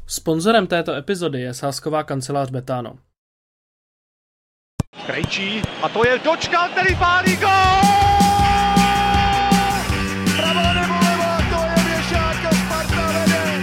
Sponzorem této epizody je sázková kancelář Betano. Krejčí a to je Dočkal, který pálí gól! Pravo nebo levo, to je Věšák a Sparta vede!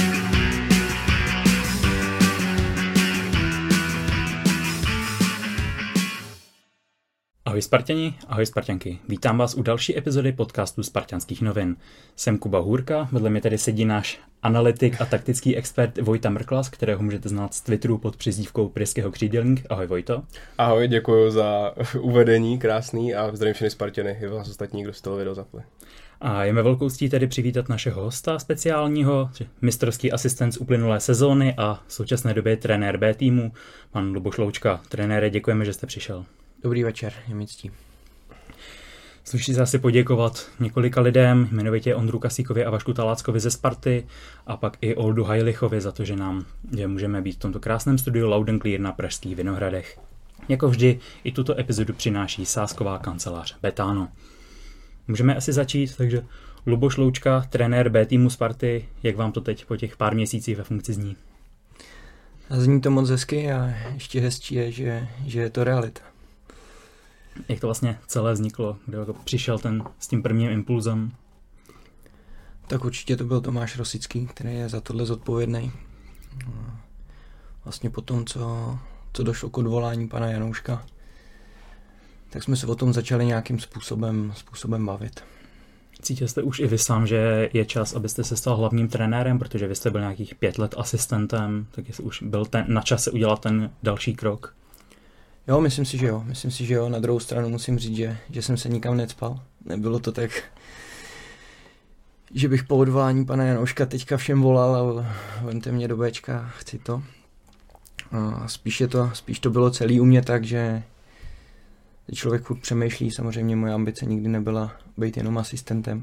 Ahoj Sparťani, ahoj Sparťanky. Vítám vás u další epizody podcastu Spartanských novin. Jsem Kuba Hůrka, vedle mě tady sedí náš analytik a taktický expert Vojta Mrklas, kterého můžete znát z Twitteru pod přezdívkou Pražského křídelník. Ahoj Vojto. Ahoj, děkuji za uvedení, krásný, a zdravím všechny Sparťany i vás ostatní, kdo jste to video zapli. A je mi velkou ctí tedy přivítat našeho hosta speciálního, mistrovský asistent z uplynulé sezóny a v současné době trenér B týmu, pan Luboš Loučka. Trenére, děkujeme, že jste přišel. Dobrý večer, je mi ctí. Sluší se asi poděkovat několika lidem, jmenovitě Ondru Kasíkovi a Vašku Taláckovi ze Sparty a pak i Oldu Hajlichovi za to, že můžeme být v tomto krásném studiu Loud & Clear na Pražských Vinohradech. Jako vždy i tuto epizodu přináší sázková kancelář Betano. Můžeme asi začít, takže Luboš Loučka, trenér B týmu Sparty, jak vám to teď po těch pár měsících ve funkci zní? Zní to moc hezky a ještě hezčí je, že je to realita. Jak to vlastně celé vzniklo, kde přišel s tím prvním impulzem? Tak určitě to byl Tomáš Rosický, který je za tohle zodpovědný. Vlastně po tom, co došlo k odvolání pana Janouška, tak jsme se o tom začali nějakým způsobem bavit. Cítil jste už i vy sám, že je čas, abyste se stal hlavním trenérem, protože vy jste byl nějakých 5 let asistentem, tak jestli už byl na čase udělat ten další krok? Jo, myslím si, že jo. Na druhou stranu musím říct, že jsem se nikam necpal. Nebylo to tak, že bych po odvolání pana Janouška teďka všem volal a vemte mě do Bčka, chci to. A spíš to bylo celý u mě tak, že člověk furt přemýšlí. Samozřejmě moje ambice nikdy nebyla být jenom asistentem.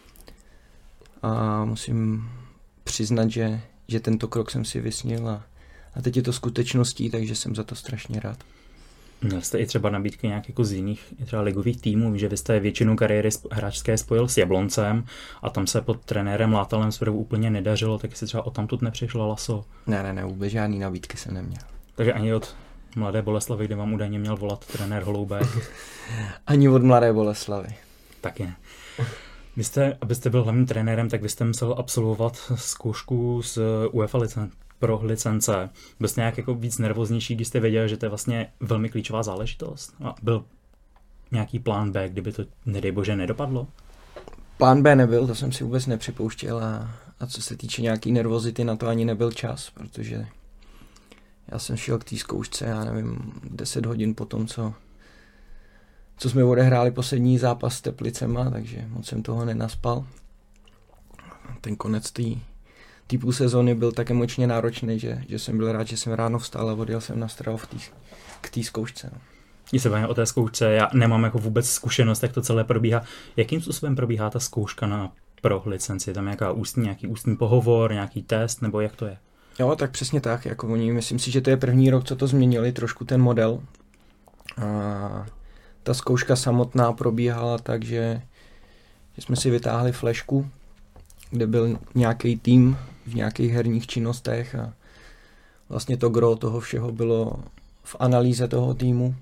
A musím přiznat, že tento krok jsem si vysnil a teď je to skutečností, takže jsem za to strašně rád. Měl jste i třeba nabídky nějak jako z jiných třeba ligových týmů, že vy jste většinu kariéry hráčské spojil s Jabloncem a tam se pod trenérem Látalem zprvu úplně nedařilo, tak jestli třeba odtamtud nepřišlo laso? Ne, vůbec žádný nabídky jsem neměl. Takže ani od Mladé Boleslavi, kde vám údajně měl volat trenér Holoubek? Ani od Mladé Boleslavy. Taky ne. Abyste byl hlavním trenérem, tak vy jste musel absolvovat zkoušku z UEFA pro licence. Byl jste nějak jako víc nervóznější, když jste věděl, že to je vlastně velmi klíčová záležitost? A byl nějaký plán B, kdyby to, nedej bože, nedopadlo? Plán B nebyl, to jsem si vůbec nepřipouštěl a co se týče nějaký nervozity, na to ani nebyl čas, protože já jsem šel k té zkoušce, já nevím, 10 hodin po tom, co jsme odehráli poslední zápas s Teplicema, takže moc jsem toho nenaspal. Ten konec té půl sezóny byl tak emočně náročný, že jsem byl rád, že jsem ráno vstal a odjel jsem na Strahov k té zkoušce. Když se bavíme o té zkoušce, já nemám jako vůbec zkušenost, jak to celé probíhá. Jakým způsobem probíhá ta zkouška pro licenci? Je tam nějaký ústní pohovor, nějaký test, nebo jak to je? Jo, tak přesně tak. Jako myslím si, že to je první rok, co to změnili, trošku ten model. A ta zkouška samotná probíhala tak, že jsme si vytáhli flešku, kde byl nějaký tým v nějakých herních činnostech a vlastně to gro toho všeho bylo v analýze toho týmu.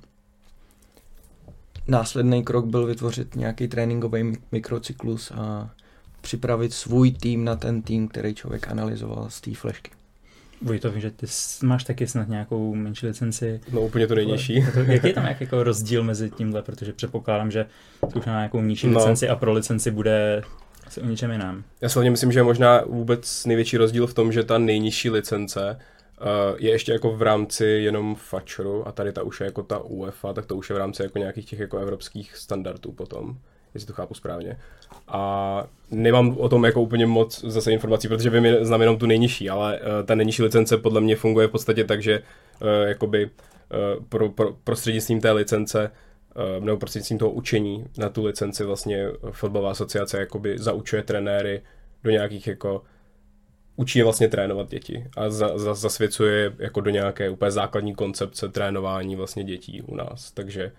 Následný krok byl vytvořit nějaký tréninkový mikrocyklus a připravit svůj tým na ten tým, který člověk analyzoval z té flešky. Vojto, vím, že ty máš taky snad nějakou menší licenci. No úplně to nejnižší. Jaký je tam jako rozdíl mezi tímhle, protože předpokládám, že už má nějakou nižší licenci a pro licenci bude asi o něčem jiném. Já si hlavně myslím, že je možná vůbec největší rozdíl v tom, že ta nejnižší licence je ještě jako v rámci jenom FAČRu a tady ta už je jako ta UEFA, tak to už je v rámci jako nějakých těch jako evropských standardů potom, jestli to chápu správně. A nemám o tom jako úplně moc zase informací, protože vím, znám jenom tu nejnižší, ale ta nejnižší licence podle mě funguje v podstatě tak, že jakoby prostřednictvím té licence nebo prostřednictvím toho učení na tu licenci vlastně fotbalová asociace jakoby zaučuje trenéry do nějakých jako učí je vlastně trénovat děti a zasvěcuje jako do nějaké úplně základní koncepce trénování vlastně dětí u nás. Takže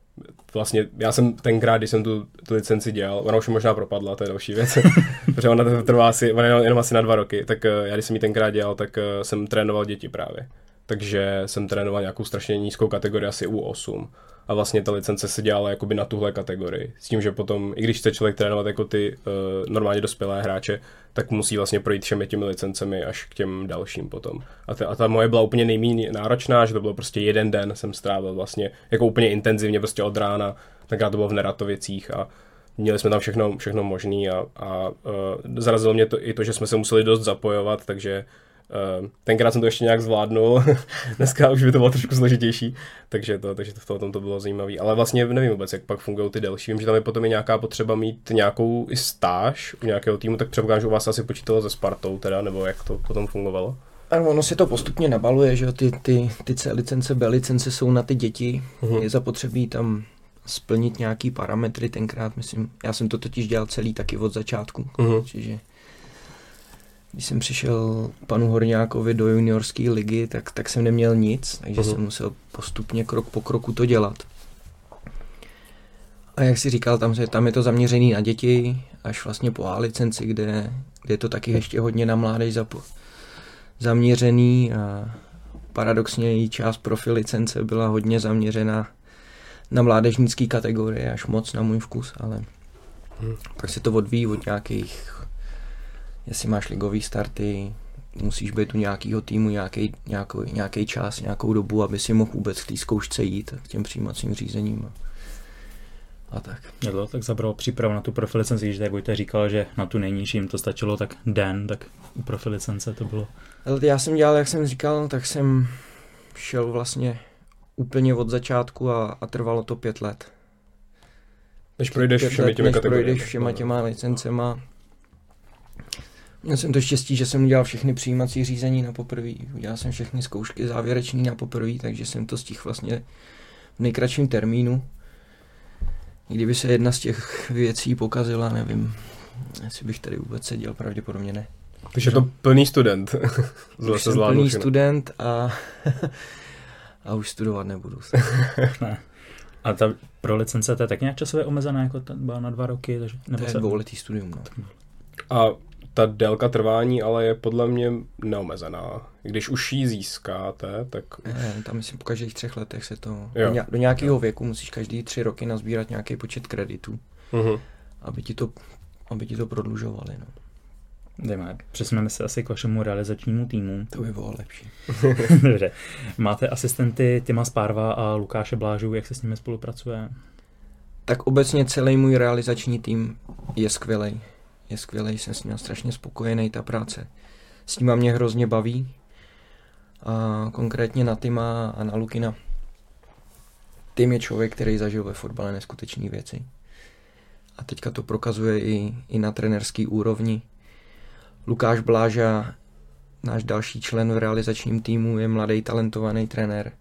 vlastně já jsem tenkrát, když jsem tu licenci dělal, ona už možná propadla, to je další věc, protože ona trvá ona jenom asi na 2 roky, tak já když jsem ji tenkrát dělal, tak jsem trénoval děti právě. Takže jsem trénoval nějakou strašně nízkou kategorii, asi U8. A vlastně ta licence se dělala jakoby na tuhle kategorii. S tím, že potom, i když chce člověk trénovat jako ty normálně dospělé hráče, tak musí vlastně projít všemi těmi licencemi až k těm dalším potom. A ta moje byla úplně nejméně náročná, že to bylo prostě 1 den jsem strávil vlastně jako úplně intenzivně prostě od rána, tenkrát to bylo v Neratovicích a měli jsme tam všechno možný a zarazilo mě to i to, že jsme se museli dost zapojovat, takže tenkrát jsem to ještě nějak zvládnul, dneska už by to bylo trošku složitější, takže v tom to bylo zajímavé. Ale vlastně nevím vůbec, jak pak fungují ty delší. Vím, že tam je potom i nějaká potřeba mít nějakou i stáž u nějakého týmu, tak předpokládám, že u vás asi počítalo se Spartou teda, nebo jak to potom fungovalo? Ano, ono se to postupně nabaluje, že ty C licence, B licence jsou na ty děti, je zapotřebí tam splnit nějaký parametry tenkrát, myslím, já jsem to totiž dělal celý taky od začátku, čiže když jsem přišel panu Horňákovi do juniorské ligy, tak jsem neměl nic, takže jsem musel postupně krok po kroku to dělat. A jak jsi říkal, tam je to zaměřený na děti, až vlastně po A licenci, kde je to taky ještě hodně na mládež zaměřený a paradoxně i část profi licence byla hodně zaměřena na mládežnické kategorie, až moc na můj vkus, ale pak se to odvíjí od nějakých, jestli máš ligový starty, musíš být u nějakého týmu nějaký čas, nějakou dobu, aby si mohl vůbec k té zkoušce jít, k těm přijímacím řízením a tak. Tak zabralo přípravu na tu profilicenci, když tady Vojta říkal, že na tu nejnižší jim to stačilo tak den, tak u profilicence to bylo. Ale já jsem dělal, jak jsem říkal, tak jsem šel vlastně úplně od začátku a trvalo to 5 let. Než projdeš všemi těmi kategoriemi. Projdeš všema těma licencema. Měl jsem to štěstí, že jsem udělal všechny přijímací řízení na poprvé. Udělal jsem všechny zkoušky závěrečný na poprvé, takže jsem to stihl vlastně v nejkratším termínu. Kdyby se jedna z těch věcí pokazila, nevím, jestli bych tady vůbec seděl, pravděpodobně ne. Takže je to plný student. Jsem plný student a už studovat nebudu. Ne. A ta pro licence to je tak nějak časově omezená, jako byla na 2 roky? Takže, nebo to je 2letý studium. No. A ta délka trvání ale je podle mě neomezená. Když už ji získáte, tak... Tam myslím po každých 3 letech se to... Do nějakého věku musíš každý 3 roky nazbírat nějaký počet kreditů, aby ti to prodlužovali. No. Jdeme, přesuneme se asi k vašemu realizačnímu týmu. To by bylo lepší. Dobře. Máte asistenty Tima Spárva a Lukáše Blážu, jak se s nimi spolupracuje? Tak obecně celý můj realizační tým je skvělej. Jsem s ním strašně spokojený, ta práce s nima mě hrozně baví. A konkrétně na Tima a na Lukina. Tim je člověk, který zažil ve fotbale neskutečné věci. A teďka to prokazuje i na trenerský úrovni. Lukáš Bláža, náš další člen v realizačním týmu, je mladý, talentovaný trenér.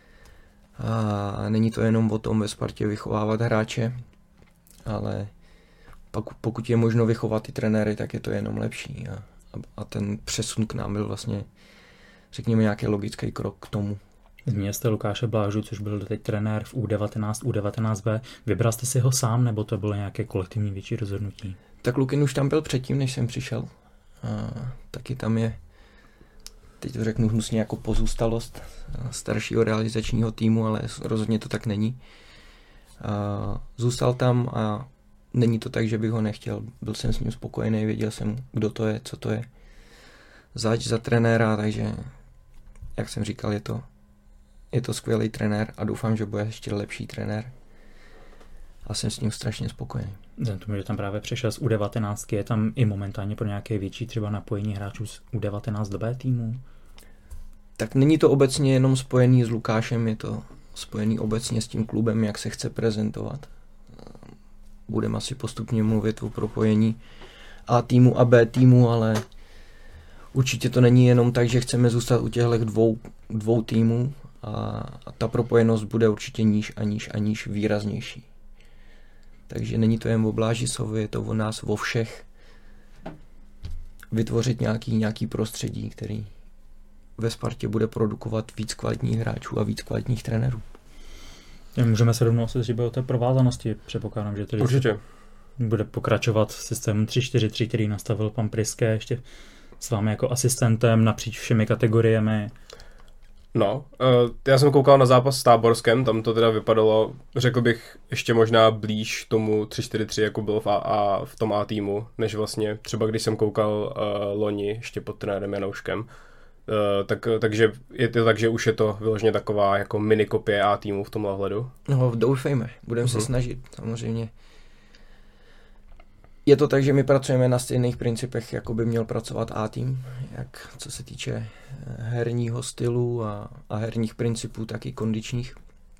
A není to jenom o tom ve Spartě vychovávat hráče, ale pokud je možno vychovat ty trenéry, tak je to jenom lepší. A ten přesun k nám byl vlastně, řekněme, nějaký logický krok k tomu. Zmínil jste Lukáše Blážu, což byl doteď trenér v U19, U19B. Vybral jste si ho sám, nebo to bylo nějaké kolektivní větší rozhodnutí? Tak Lukin už tam byl předtím, než jsem přišel. A taky tam je, teď to řeknu hnusně, jako pozůstalost staršího realizačního týmu, ale rozhodně to tak není. Zůstal tam a není to tak, že bych ho nechtěl. Byl jsem s ním spokojený, věděl jsem, kdo to je, co to je. Zač za trenéra, takže, jak jsem říkal, je to skvělý trenér a doufám, že bude ještě lepší trenér. A jsem s ním strašně spokojený. Vzhledem tomu, že tam právě přešel z U19, je tam i momentálně pro nějaké větší třeba napojení hráčů z U19 do B týmu? Tak není to obecně jenom spojený s Lukášem, je to spojený obecně s tím klubem, jak se chce prezentovat. Budeme asi postupně mluvit o propojení A týmu a B týmu, ale určitě to není jenom tak, že chceme zůstat u těchto dvou týmů a ta propojenost bude určitě níž výraznější. Takže není to jen o Blážisovi, je to o nás, o všech. Vytvořit nějaký prostředí, který ve Spartě bude produkovat víc kvalitních hráčů a víc kvalitních trenérů. Můžeme se rovnou že bude o té provázanosti, předpokládám, že tedy Určitě. Bude pokračovat systém 3-4-3, který nastavil pan Priske ještě s vámi jako asistentem napříč všemi kategoriemi. No, já jsem koukal na zápas s Táborskem, tam to teda vypadalo, řekl bych, ještě možná blíž tomu 3-4-3, jako bylo v tom A týmu, než vlastně třeba když jsem koukal loni ještě pod trenérem Janouškem. Takže je to tak, že už je to vyloženě taková jako mini kopie A týmu v tomhle ohledu. No, doufejme, budeme se snažit, samozřejmě. Je to tak, že my pracujeme na stejných principech, jako by měl pracovat A tým, jak co se týče herního stylu a herních principů, tak i kondičních.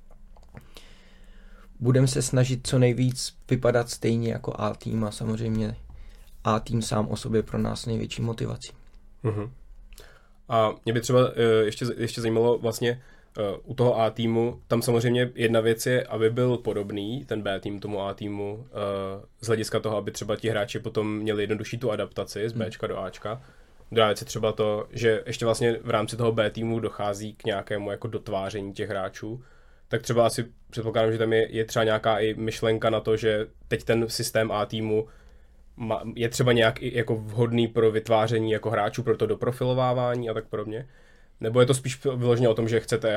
Budeme se snažit co nejvíc vypadat stejně jako A tým a samozřejmě A tým sám o sobě pro nás největší motivací. Uh-huh. A mě by třeba ještě zajímalo vlastně u toho A týmu, tam samozřejmě jedna věc je, aby byl podobný ten B tým tomu A týmu z hlediska toho, aby třeba ti hráči potom měli jednodušší tu adaptaci z Bčka do Ačka. Druhá věc je třeba to, že ještě vlastně v rámci toho B týmu dochází k nějakému jako dotváření těch hráčů. Tak třeba asi předpokládám, že tam je třeba nějaká i myšlenka na to, že teď ten systém A týmu je třeba nějak i jako vhodný pro vytváření jako hráčů, pro to doprofilovávání a tak podobně. Nebo je to spíš vyloženě o tom, že chcete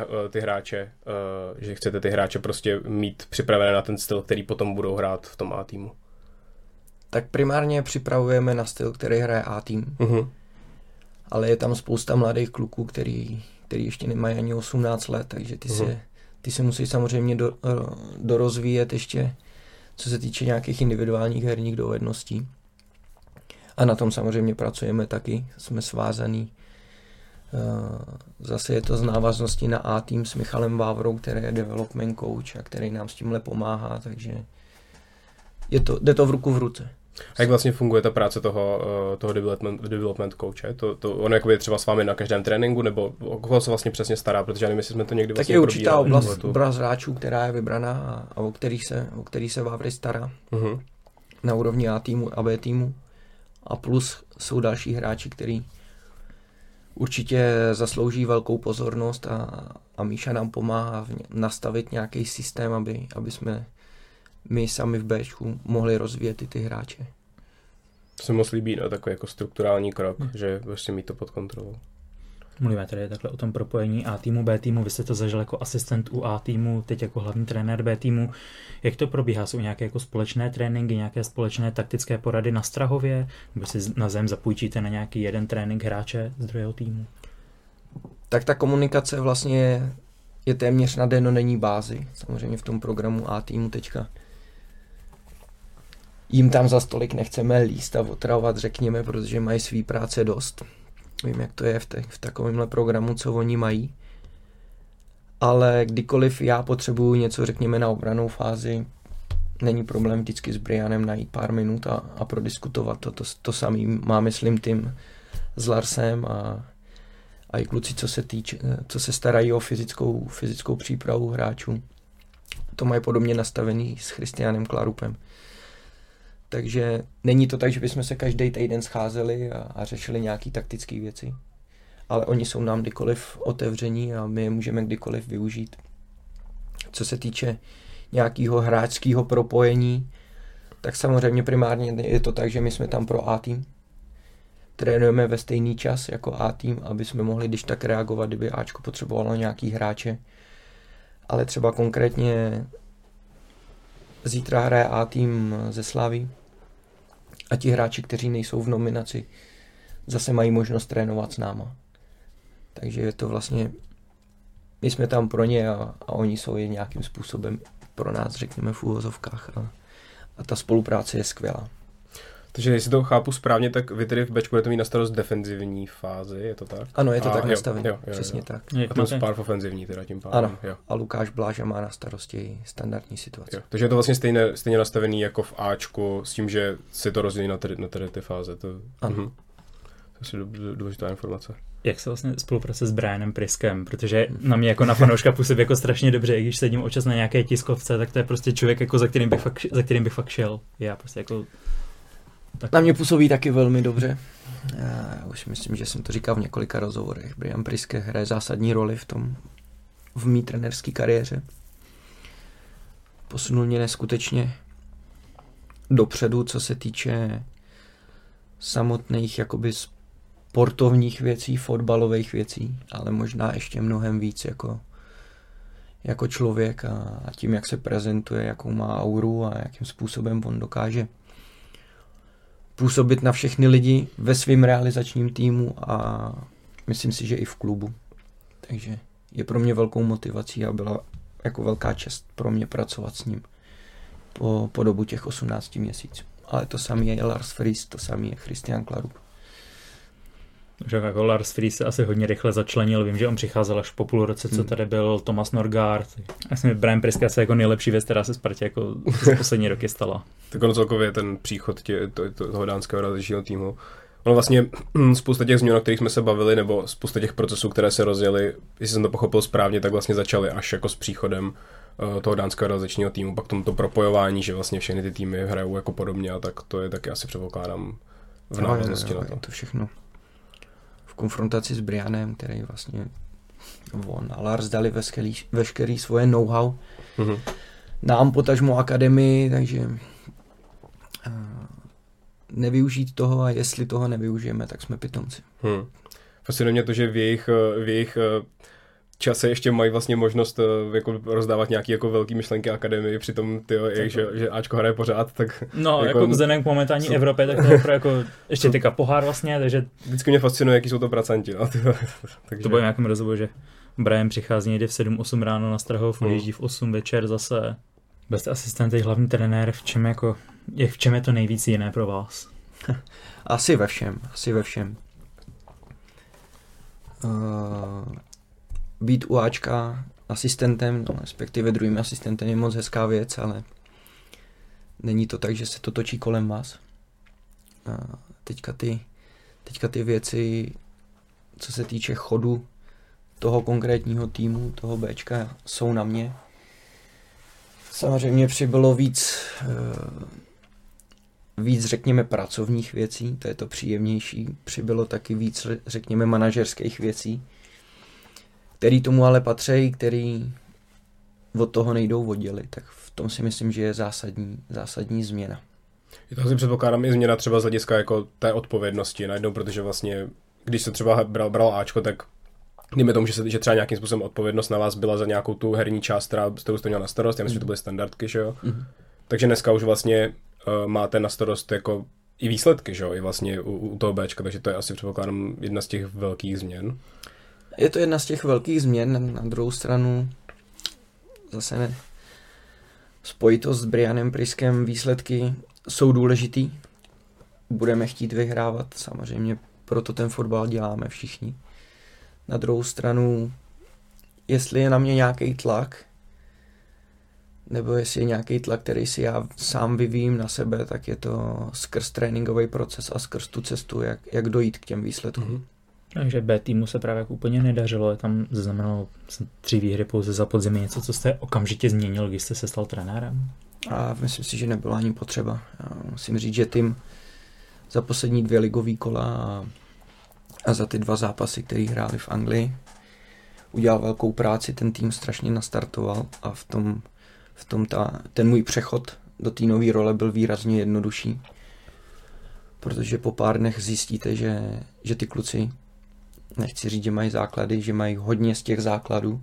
ty hráče prostě mít připravené na ten styl, který potom budou hrát v tom A týmu? Tak primárně připravujeme na styl, který hraje A tým. Uh-huh. Ale je tam spousta mladých kluků, který ještě nemají ani 18 let, takže ty se musí samozřejmě dorozvíjet ještě, co se týče nějakých individuálních herních dovedností. A na tom samozřejmě pracujeme taky, jsme svázaný. Zase je to z návaznosti na A tým s Michalem Vávrou, který je development coach a který nám s tímhle pomáhá, takže jde to v ruku v ruce. A jak vlastně funguje ta práce toho development coache? On je třeba s vámi na každém tréninku, nebo o koho se vlastně přesně stará, protože já nevím, jestli jsme to někdy vlastně probírali. Tak je určitá oblast hráčů, která je vybraná a o který se Vávry stará na úrovni A týmu a B týmu. A plus jsou další hráči, který určitě zaslouží velkou pozornost a Míša nám pomáhá nastavit nějaký systém, aby jsme my sami v Bčku mohli rozvíjet ty hráče. To se moc líbí, no, takový jako strukturální krok, že vlastně mít to pod kontrolou. Mluvíme tady takhle o tom propojení A týmu, B týmu, vy jste to zažil jako asistent u A týmu, teď jako hlavní trenér B týmu. Jak to probíhá? Jsou nějaké jako společné tréninky, nějaké společné taktické porady na Strahově? Nebo si na zem zapůjčíte na nějaký jeden trénink hráče z druhého týmu? Tak ta komunikace vlastně je téměř na dennodenní bázi. Samozřejmě v tom programu A týmu teďka jim tam za stolik nechceme líst a otravovat, řekněme, protože mají svý práce dost. Vím, jak to je v takovémhle programu, co oni mají. Ale kdykoliv já potřebuju něco, řekněme, na obrannou fázi, není problém vždycky s Brianem najít pár minut a prodiskutovat to. To samý má, myslím, tým s Larsem a i kluci, co se starají o fyzickou přípravu hráčů. To mají podobně nastavený s Christianem Klarupem. Takže není to tak, že bychom se každý týden scházeli a řešili nějaké taktické věci. Ale oni jsou nám kdykoliv otevření a my je můžeme kdykoliv využít. Co se týče nějakého hráčského propojení, tak samozřejmě primárně je to tak, že my jsme tam pro A tým. Trénujeme ve stejný čas jako A tým, aby jsme mohli když tak reagovat, kdyby Ačko potřebovalo nějaký hráče. Ale třeba konkrétně zítra hraje A tým ze Slavii a ti hráči, kteří nejsou v nominaci, zase mají možnost trénovat s náma. Takže je to vlastně, my jsme tam pro ně a oni jsou je nějakým způsobem pro nás, řekněme, v úvozovkách a ta spolupráce je skvělá. Takže jestli to chápu správně, tak vy tedy v Bčku budete mít na starost defenzivní fázi, je to tak? Ano, je to tak nastavené, přesně tak. A to je pár ofenzivní teda tím pádem. Ano, jo. A Lukáš Bláža má na starosti standardní situace. Jo. Takže je to vlastně stejně nastavený jako v Ačku, s tím, že si to rozdělí na tady ty fáze. Ano. To je důležitá informace. Jak se vlastně spolupracuje s Brianem Priskem, protože na mě jako na fanouška působí jako strašně dobře, i když sedím občas na nějaké tiskovce, tak to je prostě člověk, jako za kterým bych fakt šel. Já prostě jako tak. Na mě působí taky velmi dobře. Já už myslím, že jsem to říkal v několika rozhovorech. Brian Priske hraje zásadní roli v mý trenérské kariéře. posunul mě neskutečně dopředu, co se týče samotných jakoby sportovních věcí, fotbalových věcí, ale možná ještě mnohem víc jako člověk a tím, jak se prezentuje, jakou má auru a jakým způsobem on dokáže působit na všechny lidi ve svém realizačním týmu a myslím si, že i v klubu. Takže je pro mě velkou motivací a byla jako velká čest pro mě pracovat s ním po dobu těch 18 měsíců. Ale to samý je Lars Friis, to samý je Christian Klarup. Že jako Lars Friis se asi hodně rychle začlenil, vím, že on přicházel až po půl roce, co tady byl Thomas Norgard. Myslím, že Brian Priska je jako nejlepší věc, která se Spartě jako za poslední roky stala. Tak ono celkově ten příchod toho dánského realizačního týmu. Ono vlastně spousta těch změn, o kterých jsme se bavili, nebo spousta těch procesů, které se rozjeli, jestli jsem to pochopil správně, tak vlastně začaly až jako s příchodem toho dánského realizačního týmu, pak to propojování, že vlastně všechny ty týmy hrajou jako podobně a tak to je taky asi předpokládám v návaznosti na to. To všechno v konfrontaci s Brianem, který vlastně on a Lars dali veškerý svoje know-how nám potažmo akademii, takže nevyužít toho a jestli toho nevyužijeme, tak jsme pitomci. Fascinuje mě to, že v jejich čase ještě mají vlastně možnost jako rozdávat nějaký jako velký myšlenky akademii, přitom že Ačko hraje pořád, tak... No, jako vzhledem k momentální Evropě, tak to je jako ještě teďka pohár vlastně, takže... Vždycky mě fascinuje, jaký jsou to pracanti, no. Takže... To bude nějakým rozhovoru, že Brian přichází někde v 7-8 ráno na Strahov, odjíždí v 8 večer zase. Byl jste asistent, hlavní trenér, v čem je to nejvíc jiné pro vás? Asi ve všem. Být u Ačka asistentem, no, respektive druhým asistentem je moc hezká věc, ale není to tak, že se to točí kolem vás. Teďka ty věci, co se týče chodu toho konkrétního týmu, toho Bčka, jsou na mě. Samozřejmě přibylo víc, řekněme, pracovních věcí, to je to příjemnější. Přibylo taky víc, řekněme, manažerských věcí, který tomu ale patří, který od toho nejdou oddělit. Tak v tom si myslím, že je zásadní změna. Je to asi předpokládám i změna třeba z hlediska jako té odpovědnosti najednou, protože vlastně, když se třeba bral Ačko, tak dejme tomu, že třeba nějakým způsobem odpovědnost na vás byla za nějakou tu herní část, kterou jste měl na starost. Já myslím, že to byly standardky, že jo? Takže dneska už vlastně máte na starost jako i výsledky, že jo? I vlastně u toho Bčka, takže to je asi předpokládám jedna z těch velkých změn. Je to jedna z těch velkých změn, na druhou stranu zase ne. Spojitost s Brianem Priskem, výsledky jsou důležitý. Budeme chtít vyhrávat, samozřejmě proto ten fotbal děláme všichni. Na druhou stranu, jestli je na mě nějaký tlak, nebo jestli je nějaký tlak, který si já sám vyvíjím na sebe, tak je to skrz tréninkový proces a skrz tu cestu, jak dojít k těm výsledkům. Takže B týmu se právě úplně nedařilo, je tam zaznamenalo 3 výhry pouze za podzim, něco, co jste okamžitě změnil, když jste se stal trenérem? A myslím si, že nebylo ani potřeba. Já musím říct, že tým za poslední 2 ligové kola a za ty 2 zápasy, které hráli v Anglii, udělal velkou práci, ten tým strašně nastartoval a v tom ten můj přechod do té nové role byl výrazně jednodušší. Protože po pár dnech zjistíte, že ty kluci, nechci říct, že mají základy, že mají hodně z těch základů.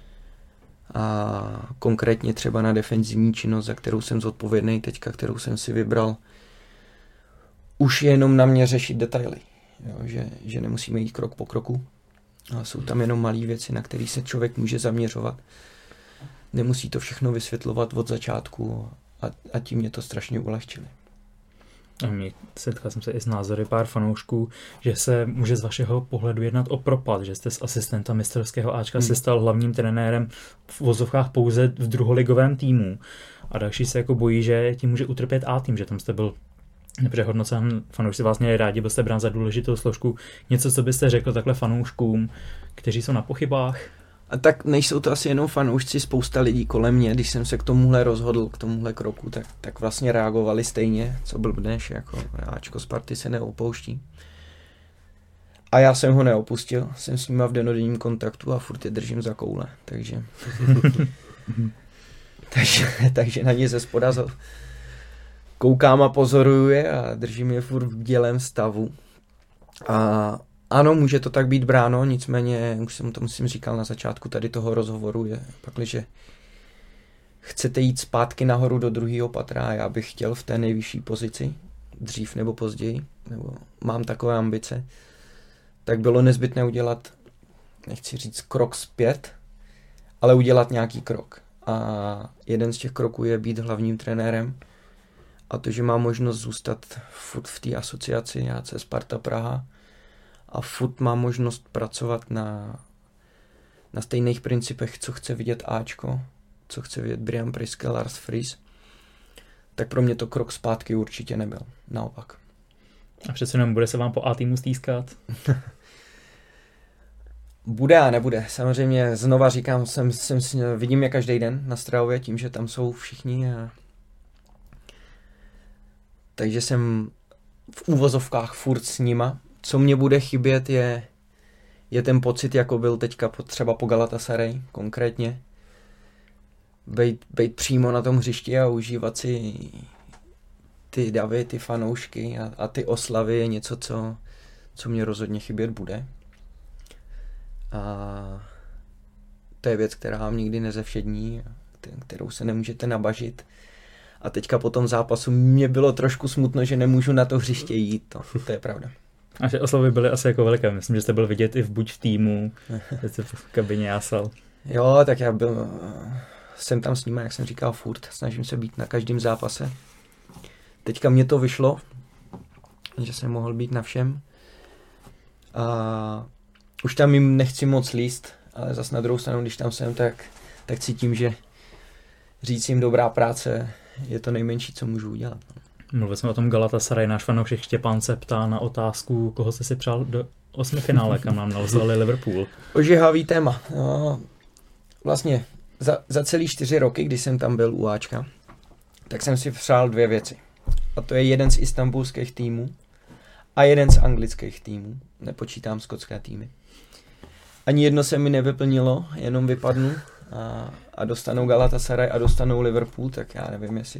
A konkrétně třeba na defenzivní činnost, za kterou jsem zodpovědný teďka, kterou jsem si vybral, už je jenom na mě řešit detaily. Jo, že nemusíme jít krok po kroku. Ale jsou tam jenom malé věci, na které se člověk může zaměřovat. Nemusí to všechno vysvětlovat od začátku a tím mě to strašně ulehčili. Setkal jsem se i s názory pár fanoušků, že se může z vašeho pohledu jednat o propad, že jste z asistenta mistrovského Ačka se stal hlavním trenérem v vozovkách pouze v druholigovém týmu. A další se jako bojí, že tím může utrpět A tým, že tam jste byl nepřehodnocen, fanoušci vás měli rádi, byl jste brán za důležitou složku. Něco, co byste řekl takhle fanouškům, kteří jsou na pochybách? A tak nejsou to asi jenom fanoušci, spousta lidí kolem mě, když jsem se k tomuhle rozhodl, k tomuhle kroku, tak vlastně reagovali stejně, co blbneš, jako Ačko Sparty se neopouští. A já jsem ho neopustil, jsem s nima v dennodenním kontaktu a furt je držím za koule, takže... takže na ně ze spoda koukám a pozoruju je a držím je furt v bdělém stavu. A ano, může to tak být bráno, nicméně, už jsem to myslím říkal na začátku tady toho rozhovoru, je pakliže chcete jít zpátky nahoru do druhého patra a já bych chtěl v té nejvyšší pozici, dřív nebo později, nebo mám takové ambice, tak bylo nezbytné udělat, nechci říct krok zpět, ale udělat nějaký krok. A jeden z těch kroků je být hlavním trenérem a to, že mám možnost zůstat furt v té asociaci AC Sparta Praha a furt mám možnost pracovat na stejných principech, co chce vidět Ačko, co chce vidět Brian Priske, Lars Friis, tak pro mě to krok zpátky určitě nebyl. Naopak. A přece jenom bude se vám po A týmu stýskat? Bude a nebude. Samozřejmě znova říkám, vidím je každý den na Strahově tím, že tam jsou všichni. Takže jsem v úvozovkách furt s nima. Co mě bude chybět je ten pocit, jako byl teďka třeba po Galatasaray konkrétně. Bejt přímo na tom hřišti a užívat si ty davy, ty fanoušky a ty oslavy je něco, co mě rozhodně chybět bude. A to je věc, která vám nikdy nezevšední, kterou se nemůžete nabažit. A teďka po tom zápasu mě bylo trošku smutno, že nemůžu na to hřiště jít. To je pravda. A že oslavy byly asi jako veliké. Myslím, že jste byl vidět i buď v týmu, že jste v kabině jásal. Jo, tak jsem tam s nimi, jak jsem říkal, furt. Snažím se být na každém zápase. Teďka mě to vyšlo, že jsem mohl být na všem. A už tam jim nechci moc líst, ale zas na druhou stranu, když tam jsem, tak cítím, že říct jim dobrá práce je to nejmenší, co můžu udělat. Mluvil jsem o tom Galatasaray, náš fanoušek Štěpán se ptá na otázku, koho jste si přál do 8 finále, kam nám nalezali Liverpool. Ožehavý téma. No, vlastně za celý 4 roky, kdy jsem tam byl u Ačka, tak jsem si přál 2 věci. A to je jeden z istanbulských týmů a jeden z anglických týmů. Nepočítám skotské týmy. Ani jedno se mi nevyplnilo, jenom vypadnu a dostanou Galatasaray a dostanou Liverpool, tak já nevím, jestli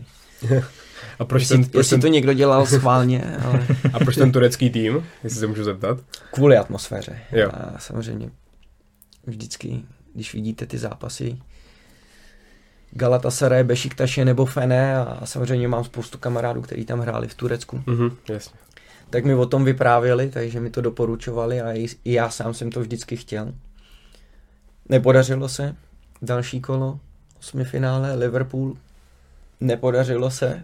to někdo dělal schválně. Ale... A proč ten turecký tým, jestli se můžu zeptat? Kvůli atmosféře. Jo. A samozřejmě vždycky, když vidíte ty zápasy Galatasaray, Bešiktaše nebo Fené a samozřejmě mám spoustu kamarádů, kteří tam hráli v Turecku. Jasně. Tak mi o tom vyprávěli, takže mi to doporučovali a i já sám jsem to vždycky chtěl. Nepodařilo se. Další kolo, 8. finále, Liverpool. Nepodařilo se.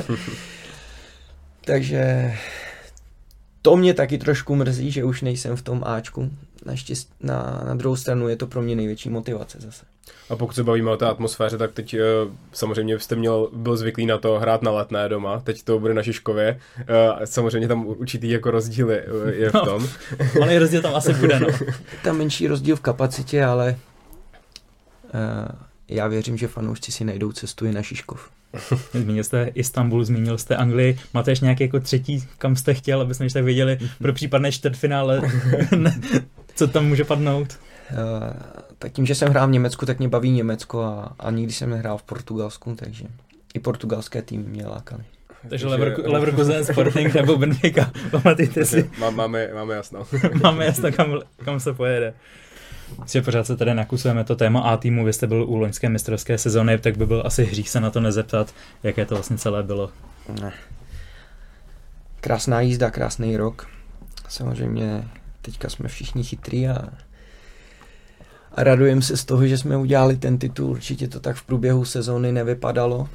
Takže to mě taky trošku mrzí, že už nejsem v tom Ačku. Na druhou stranu je to pro mě největší motivace zase. A pokud se bavíme o té atmosféře, tak teď samozřejmě jste byl zvyklý na to hrát na Letné doma, teď to bude na Žižkově. Samozřejmě tam určitý jako rozdíly je v tom. Malý rozdíl tam asi bude, no. Tam menší rozdíl v kapacitě, ale já věřím, že fanoušci si najdou cestu i na Žižkov. Zmínil jste Istanbul, zmínil jste Anglii. Máte ještě nějaký jako třetí, kam jste chtěl, abyste tak věděli pro případné čtvrtfinále, co tam může padnout? Tak tím, že jsem hrál v Německu, tak mě baví Německo a nikdy jsem nehrál v Portugalsku, takže i portugalské týmy mě lákaly. Takže Leverkusen, Sporting nebo Benfica, pamatujte si. Máme jasno. Máme jasno, kam se pojede. Že pořád se tady nakusujeme to téma A týmu, vy jste byl u loňské mistrovské sezony, tak by byl asi hřích se na to nezeptat, jaké to vlastně celé bylo. Ne. Krásná jízda, krásný rok. Samozřejmě teďka jsme všichni chytrý a radujeme se z toho, že jsme udělali ten titul. Určitě to tak v průběhu sezóny nevypadalo.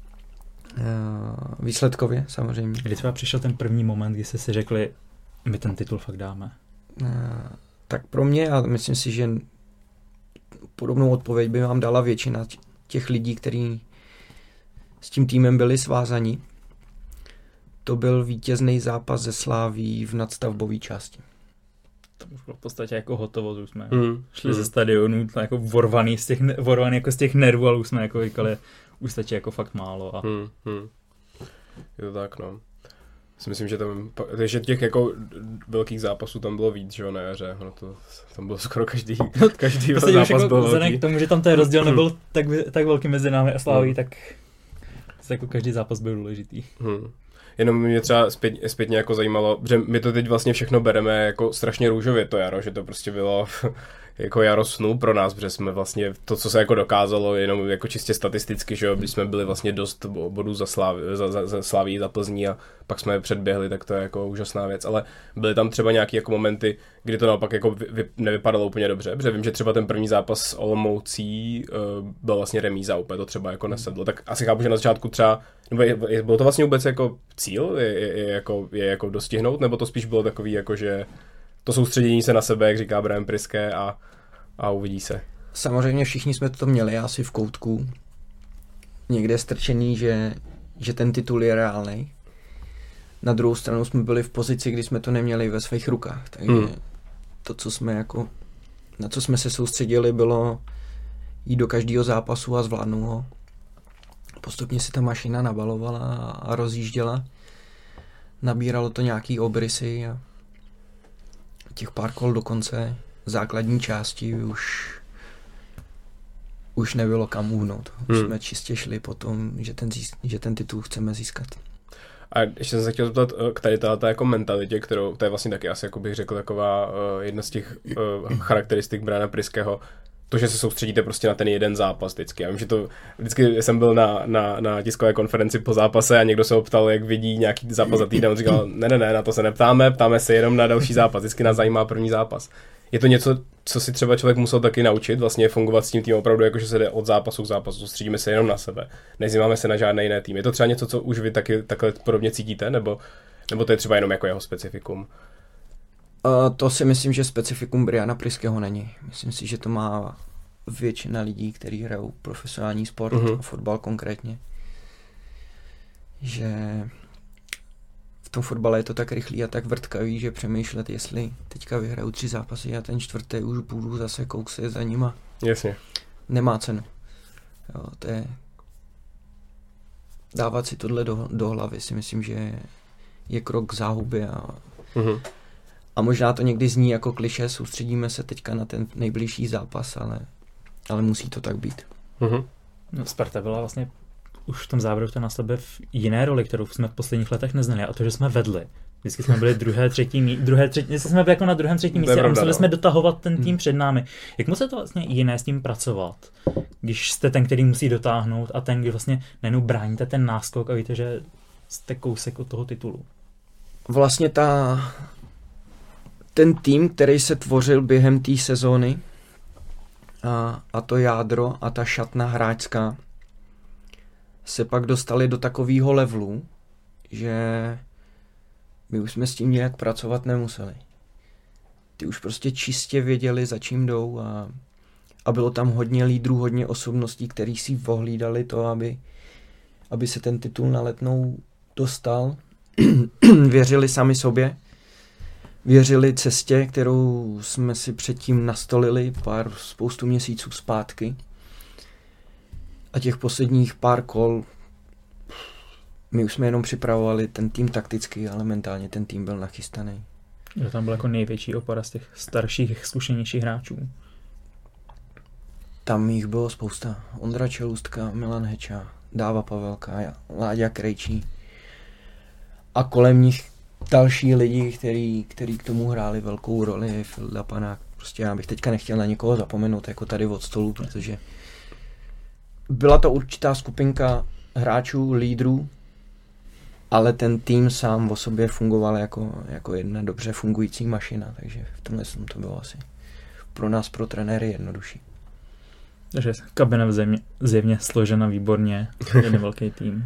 Výsledkově samozřejmě. Kdy třeba přišel ten první moment, kdy jste si řekli, my ten titul fakt dáme? Tak pro mě, a myslím si, že podobnou odpověď by vám dala většina těch lidí, kteří s tím týmem byli svázaní. To byl vítězný zápas ze Sláví v nadstavbové části. To už bylo v podstatě jako hotovo, už jsme šli ze stadionu jako vorvaný jako z těch nervů, ale už jsme jako říkali, už stačí jako fakt málo. A... Je to tak, no. Myslím, že těch jako velkých zápasů tam bylo víc, že jo, na jaře. No to, tam bylo skoro každý zápas jako byl velký. velký. K tomu, že tam ten rozdíl nebyl tak velký mezi námi a Slaví, tak jako každý zápas byl důležitý. Jenom mě třeba zpětně jako zajímalo, že my to teď vlastně všechno bereme jako strašně růžově to jaro, že to prostě bylo jako jaro snů pro nás, protože jsme vlastně to, co se jako dokázalo, jenom jako čistě statisticky, že jo, když jsme byli vlastně dost bodů za Slaví, za Plzní a pak jsme je předběhli, tak to je jako úžasná věc, ale byly tam třeba nějaké jako momenty, kdy to naopak jako nevypadalo úplně dobře, protože vím, že třeba ten první zápas s Olomoucí byl vlastně remíza, úplně to třeba jako nesedlo, tak asi chápu, že na začátku třeba, bylo to vlastně vůbec jako cíl je jako dostihnout, nebo to spíš bylo takový jako, že to soustředění se na sebe, jak říká Brian Priske a uvidí se. Samozřejmě všichni jsme to měli asi v koutku. Někde strčený, že ten titul je reálný. Na druhou stranu jsme byli v pozici, kdy jsme to neměli ve svých rukách. Takže to, co jsme jako, na co jsme se soustředili, bylo jít do každého zápasu a zvládnout ho. Postupně se ta mašina nabalovala a rozjížděla. Nabíralo to nějaký obrysy a těch pár kol do konce základní části už nebylo kam uhnout. Už jsme čistě šli po tom, že ten titul chceme získat. A ještě jsem se chtěl zeptat k tady ta jako mentalitě, kterou, to je vlastně taky asi, jako bych řekl, taková jedna z těch charakteristik Briana Priskeho, to, že se soustředíte prostě na ten jeden zápas vždycky. Já vím, že to vždycky jsem byl na tiskové konferenci po zápase a někdo se ho ptal, jak vidí nějaký zápas za týden. On říkal, ne, na to se neptáme, ptáme se jenom na další zápas. Vždycky nás zajímá první zápas. Je to něco, co si třeba člověk musel taky naučit, vlastně fungovat s tím týmem opravdu, jakože se jde od zápasu k zápasu, soustředíme se jenom na sebe, nezajímáme se na žádné jiné tým. Je to třeba něco, co už vy taky takhle podobně cítíte, nebo to je třeba jenom jako jeho specifikum? To si myslím, že specifikum Briana Priskeho není. Myslím si, že to má většina lidí, kteří hrajou profesionální sport, fotbal konkrétně. Že v tom fotbale je to tak rychlý a tak vrtkavý, že přemýšlet, jestli teďka vyhraju 3 zápasy a ten 4. už budu zase koukse za nima. Jasně. Nemá cenu. Jo, to je dávat si tohle do hlavy, si myslím, že je krok k záhubě a možná to někdy zní jako klišé, soustředíme se teďka na ten nejbližší zápas, ale musí to tak být. No, Sparta byla vlastně už v tom závěru to na sebe v jiné roli, kterou jsme v posledních letech neznali, a to, že jsme vedli. Vždycky jsme byli třetí jsme byli jako na druhém, třetím místě a museli jsme dotahovat ten tým před námi. Jak musí to vlastně jiné s tím pracovat, když jste ten, který musí dotáhnout a ten, kdy vlastně najednou bráníte ten náskok a víte, že jste kousek od toho titulu? Vlastně ten tým, který se tvořil během té sezóny a to jádro a ta šatna hráčská se pak dostali do takového levelu, že my už jsme s tím nějak pracovat nemuseli. Ty už prostě čistě věděli, za čím jdou a bylo tam hodně lídrů, hodně osobností, kteří si ohlídali to, aby se ten titul na Letnou dostal. Věřili sami sobě, věřili cestě, kterou jsme si předtím nastolili spoustu měsíců zpátky. A těch posledních pár kol my už jsme jenom připravovali ten tým takticky, ale mentálně ten tým byl nachystaný. Kdo tam byl jako největší opora z těch starších, zkušenějších hráčů? Tam jich bylo spousta. Ondra Čelůstka, Milan Heča, Dáva Pavelka, Láďa Krejčí. A kolem nich další lidi, kteří k tomu hráli velkou roli. Filda Panák. Prostě já bych teďka nechtěl na někoho zapomenout, jako tady od stolu, protože byla to určitá skupinka hráčů, lídrů, ale ten tým sám o sobě fungoval jako jedna dobře fungující mašina, takže v tomhle to bylo asi pro nás, pro trenéry, jednodušší. Takže kabina zjevně složena výborně, jeden velký tým.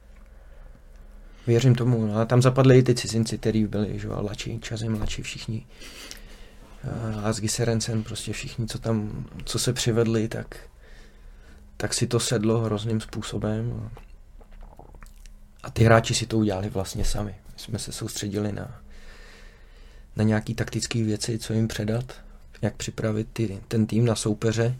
Věřím tomu, ale tam zapadli i ty cizinci, kteří byli, že Lači, Čazim, Lači, všichni. Asgi Serencen, prostě všichni, co se přivedli, tak si to sedlo hrozným způsobem. A ty hráči si to udělali vlastně sami. My jsme se soustředili na nějaký taktické věci, co jim předat, jak připravit ten tým na soupeře.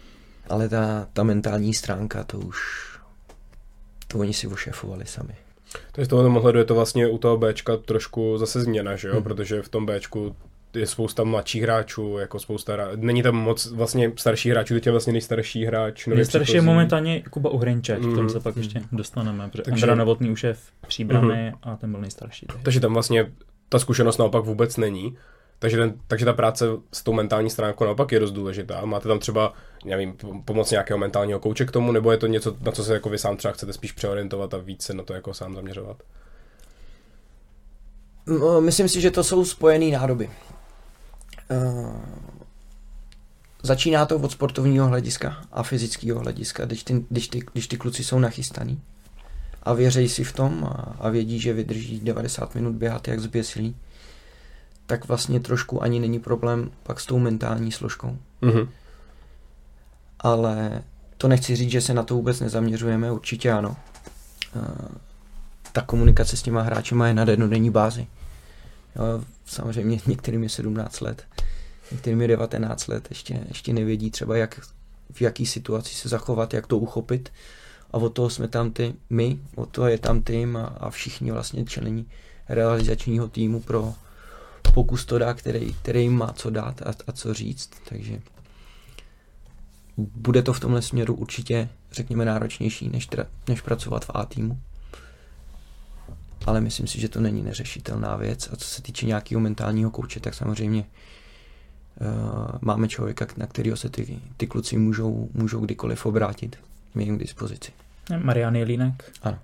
Ale ta mentální stránka, to oni si ošefovali sami. Takže z tohoto ohledu je to vlastně u toho Bčka trošku zase změna, že jo? Protože v tom Bčku je spousta mladších hráčů, jako není tam moc vlastně starších hráčů, teď je vlastně nejstarší hráč. Nejstarší je momentálně Kuba Uhrinček, k tomu se pak ještě dostaneme, protože Ondra Novotný už je v Příbrami a ten byl nejstarší. Takže tam vlastně ta zkušenost naopak vůbec není. Takže ta práce s tou mentální stránkou naopak je dost důležitá. Máte tam třeba, nevím, pomoc nějakého mentálního kouče k tomu, nebo je to něco, na co se jako vy sám třeba chcete spíš přeorientovat a víc se na to jako sám zaměřovat? Myslím si, že to jsou spojené nádoby. Začíná to od sportovního hlediska a fyzického hlediska, když ty kluci jsou nachystaný a věří si v tom a vědí, že vydrží 90 minut běhat jak zběsilí, tak vlastně trošku ani není problém pak s tou mentální složkou. Mm-hmm. Ale to nechci říct, že se na to vůbec nezaměřujeme, určitě ano. Ta komunikace s těma hráčima je na dennodenní bázi. Jo, samozřejmě některým je 17 let, některým je 19 let, ještě nevědí třeba, v jaký situaci se zachovat, jak to uchopit. A od toho jsme tam my, od toho je tam tým a všichni vlastně člení realizačního týmu pro pokus to dá, který jim má co dát a co říct. Takže bude to v tomhle směru určitě, řekněme, náročnější, než pracovat v A týmu. Ale myslím si, že to není neřešitelná věc. A co se týče nějakého mentálního kouče, tak samozřejmě máme člověka, na kterého se ty kluci můžou kdykoliv obrátit. My jim k dispozici. Marian Jelínek. Ano.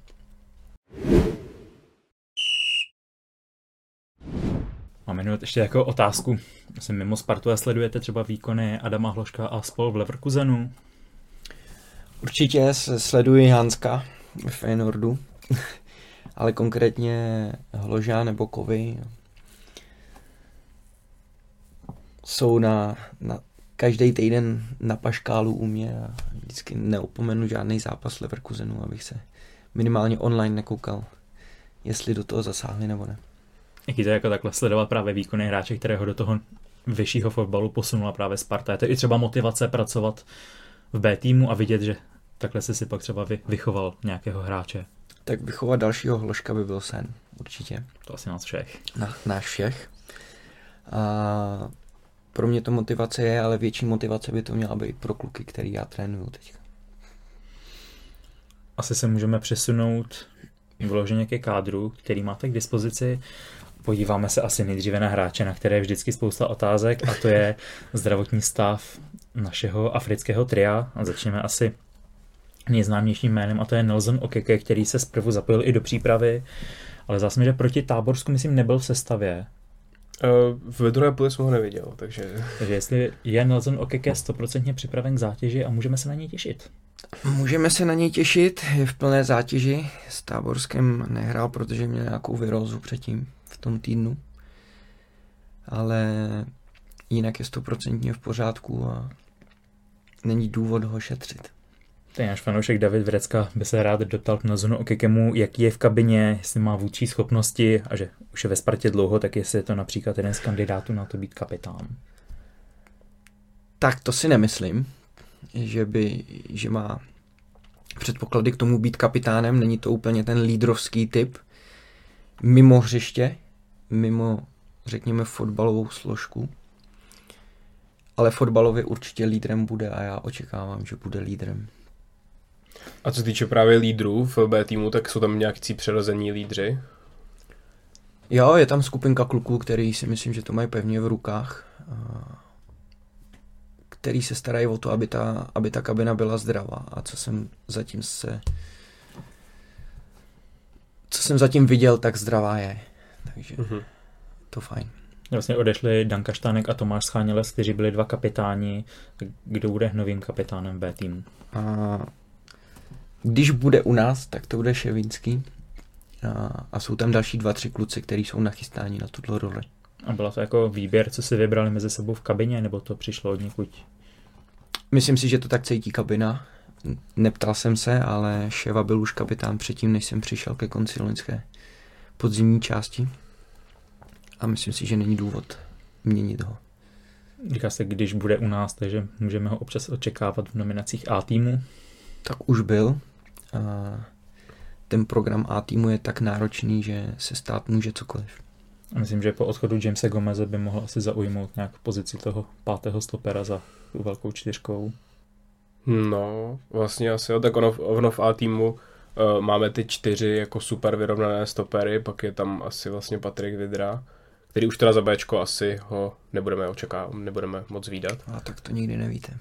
Mám jenom ještě jako otázku. Asi mimo Spartu a sledujete třeba výkony Adama Hloška a spol v Leverkusenu? Určitě sleduji Hanska v Feyenoordu, ale konkrétně Hloža nebo Kovy jsou na každý týden na paškálu u mě a vždycky neopomenu žádný zápas Leverkusenu, abych se minimálně online nekoukal, jestli do toho zasáhli nebo ne. Jaký to je jako takhle sledovat právě výkony hráče, kterého do toho vyššího fotbalu posunula právě Sparta? Je to i třeba motivace pracovat v B týmu a vidět, že takhle jsi si pak třeba vychoval nějakého hráče? Tak vychovat dalšího Hloška by byl sen, určitě. To asi nás všech. Náš všech. A pro mě to motivace je, ale větší motivace by to měla být pro kluky, který já trénuju teďka. Asi se můžeme přesunout vyloženě ke kádru, který máte k dispozici. Podíváme se asi nejdříve na hráče, na které je vždycky spousta otázek, a to je zdravotní stav našeho afrického tria. A začneme asi nejznámějším jménem, a to je Nelson Okeke, který se zprvu zapojil i do přípravy, ale zase, že proti Táborsku, myslím, nebyl v sestavě. V druhé půli jsem ho neviděl, takže jestli je Nelson Okeke 100% připraven k zátěži a můžeme se na něj těšit. Můžeme se na něj těšit, je v plné zátěži. S Táborskem nehrál, protože měl nějakou virózu předtím v tom týdnu. Ale jinak je 100% v pořádku a není důvod ho šetřit. Ten náš fanoušek David Vrecka by se rád dotal k Nelsonu Okekemu, jaký je v kabině, jestli má vůdčí schopnosti a že už je ve Spartě dlouho, tak jestli je to například jeden z kandidátů na to být kapitán. Tak to si nemyslím, že má předpoklady k tomu být kapitánem. Není to úplně ten lídrovský typ mimo hřiště, mimo, řekněme, fotbalovou složku. Ale fotbalově určitě lídrem bude a já očekávám, že bude lídrem. A co se týče právě lídrů v B týmu, tak jsou tam nějaký přirození lídři? Jo, je tam skupinka kluků, který si myslím, že to mají pevně v rukách, který se starají o to, aby ta kabina byla zdravá. A co jsem zatím viděl, tak zdravá je. Takže to fajn. Vlastně odešli Dan Kaštánek a Tomáš Scháněles, kteří byli dva kapitáni. Kdo bude novým kapitánem B týmu? Když bude u nás, tak to bude Ševínský. A jsou tam další 2-3 kluci, kteří jsou nachystáni na tuto roli. A byla to jako výběr, co si vybrali mezi sebou v kabině, nebo to přišlo od někud? Myslím si, že to tak cítí kabina. Neptal jsem se, ale Ševa byl už kapitán předtím, než jsem přišel ke konci loňské podzimní části. A myslím si, že není důvod měnit ho. Říká se, když bude u nás, takže můžeme ho občas očekávat v nominacích A týmu. Tak už byl. ten program A týmu je tak náročný, že se stát může cokoliv. A myslím, že po odchodu Jamesa Gomeze by mohl asi zaujmout nějak pozici toho 5. stopera za tu velkou 4. No, vlastně asi tak ono v A týmu máme ty 4 jako super vyrovnané stopery, pak je tam asi vlastně Patrik Vydra, který už teda za Bčko asi ho nebudeme moc vídat. A tak to nikdy nevíte.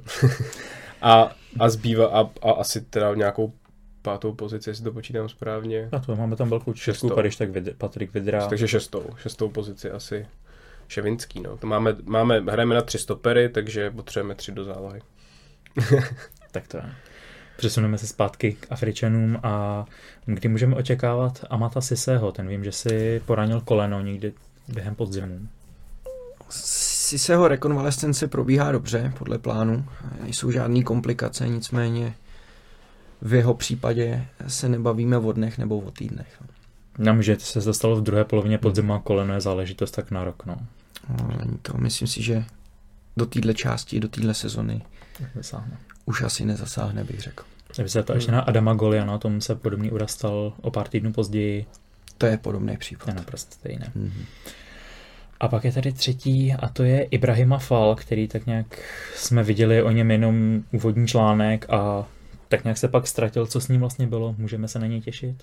A zbývá a asi teda nějakou 5. pozici, jestli to počítám správně. A to máme tam velkou 4, když tak Patrik Vydra. Takže 6. pozici asi Ševinský, no. To hrajeme na 3 stopery, takže potřebujeme 3 do zálohy. Tak to je. Přesuneme se zpátky k Afričanům a kdy můžeme očekávat Amata Sisseho? Ten vím, že si poranil koleno někdy během podzimu. Sisseho rekonvalescence probíhá dobře, podle plánu. Nejsou žádný komplikace, nicméně v jeho případě se nebavíme o dnech nebo o týdnech. Nám, že se dostalo v druhé polovině podzimu a koleno je záležitost tak na rok, no. To myslím si, že do téhle části, do téhle sezony už asi nezasáhne, bych řekl. Kdyby se to ještě na Adama Goliana, tomu se podobný úraz stal o pár týdnů později. To je podobný případ. To je naprosto stejné. A pak je tady třetí a to je Ibrahima Fall, který tak nějak jsme viděli o něm jenom úvodní článek a tak nějak se pak ztratil, co s ním vlastně bylo. Můžeme se na něj těšit?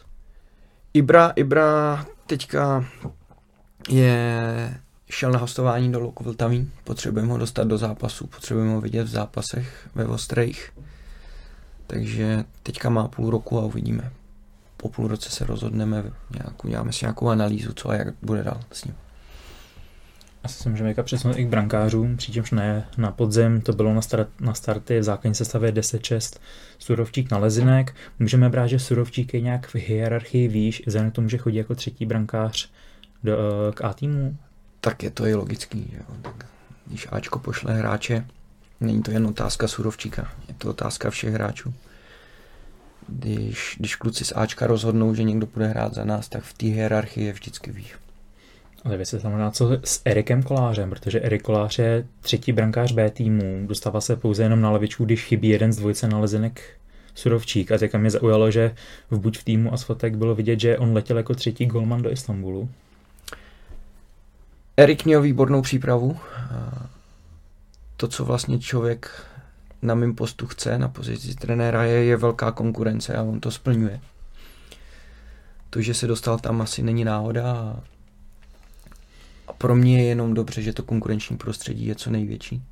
Ibra teďka šel na hostování do Loku Vltavín. Potřebujeme ho dostat do zápasu, potřebujeme ho vidět v zápasech ve Ostrejch. Takže teďka má půl roku a uvidíme. Po půl roce se rozhodneme, uděláme si nějakou analýzu, co a jak bude dál s ním. Asi se můžeme přesunout i k brankářům, přičemž ne na podzim, to bylo na starty v základní sestavě 10-6 Surovčík na Lezinek. Můžeme brát, že Surovčík je nějak v hierarchii výš, vzhledem k tomu, že chodí jako 3. brankář k A týmu? Tak je to i logický. Jo. Tak, když Ačko pošle hráče, není to jen otázka Surovčíka, je to otázka všech hráčů. Když kluci z Ačka rozhodnou, že někdo bude hrát za nás, tak v té hierarchii je vždycky výš. Ale vy se znamená, co s Erikem Kolářem, protože Erik Kolář je 3. brankář B týmu, dostává se pouze jenom na lavičku, když chybí jeden z dvojce na Lezinek Surovčík. A teďka mě zaujalo, že buď v týmu Asfotek bylo vidět, že on letěl jako 3. golman do Istanbulu. Erik měl výbornou přípravu. To, co vlastně člověk na mém postu chce, na pozici trenéra, je velká konkurence a on to splňuje. To, že se dostal tam, asi není náhoda a pro mě je jenom dobře, že to konkurenční prostředí je co největší.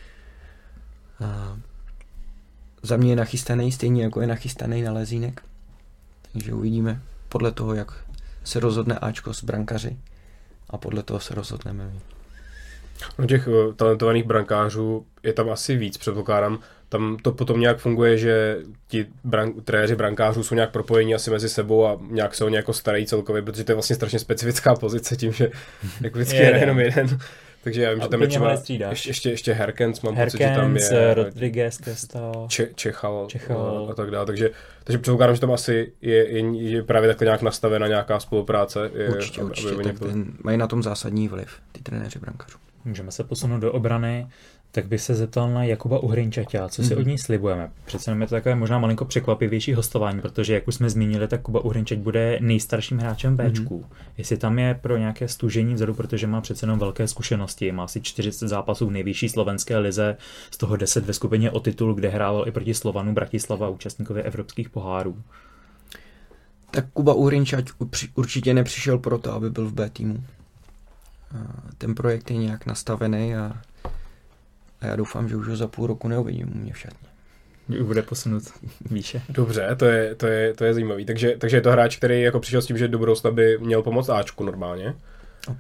A za mě je nachystaný, stejně jako je nachystaný na Lezínek. Takže uvidíme podle toho, jak se rozhodne Ačko s brankaři a podle toho se rozhodneme my. No těch talentovaných brankářů je tam asi víc, předpokládám. Tam to potom nějak funguje, že ti trenéři brankářů jsou nějak propojení asi mezi sebou a nějak se o ně jako starají celkově, protože to je vlastně strašně specifická pozice tím, že jako vždycky je jenom jeden. Takže já vím, že tam je třeba ještě Herkens, mám pocit, že tam je Rodriguez, Kesta, Čechal a tak dále. Takže předpokládám, že tam asi je právě takhle nějak nastavena nějaká spolupráce. Určitě, tak mají na tom zásadní vliv, ty trenéři brankářů. Můžeme se posunout do obrany, tak bych se zeptal na Jakuba Uhrinčaťa, co si od ní slibujeme. Přece jenom je to takové možná malinko překvapivější hostování, protože jak už jsme zmínili, tak Kuba Uhrinčať bude nejstarším hráčem Bčku. Jestli tam je pro nějaké stužení vzadu, protože má přece jenom velké zkušenosti, má asi 40 zápasů v nejvyšší slovenské lize, z toho 10 ve skupině o titul, kde hrával i proti Slovanu Bratislava, účastníkovi evropských pohárů. Tak Kuba Uhrinčať určitě nepřišel proto, aby byl v B týmu. Ten projekt je nějak nastavený a já doufám, že už ho za půl roku neuvidím u mě v šatně. Bude posunut výše. Dobře, to je zajímavý. Takže je to hráč, který jako přišel s tím, že do budoucna by měl pomoct Ačku normálně? No,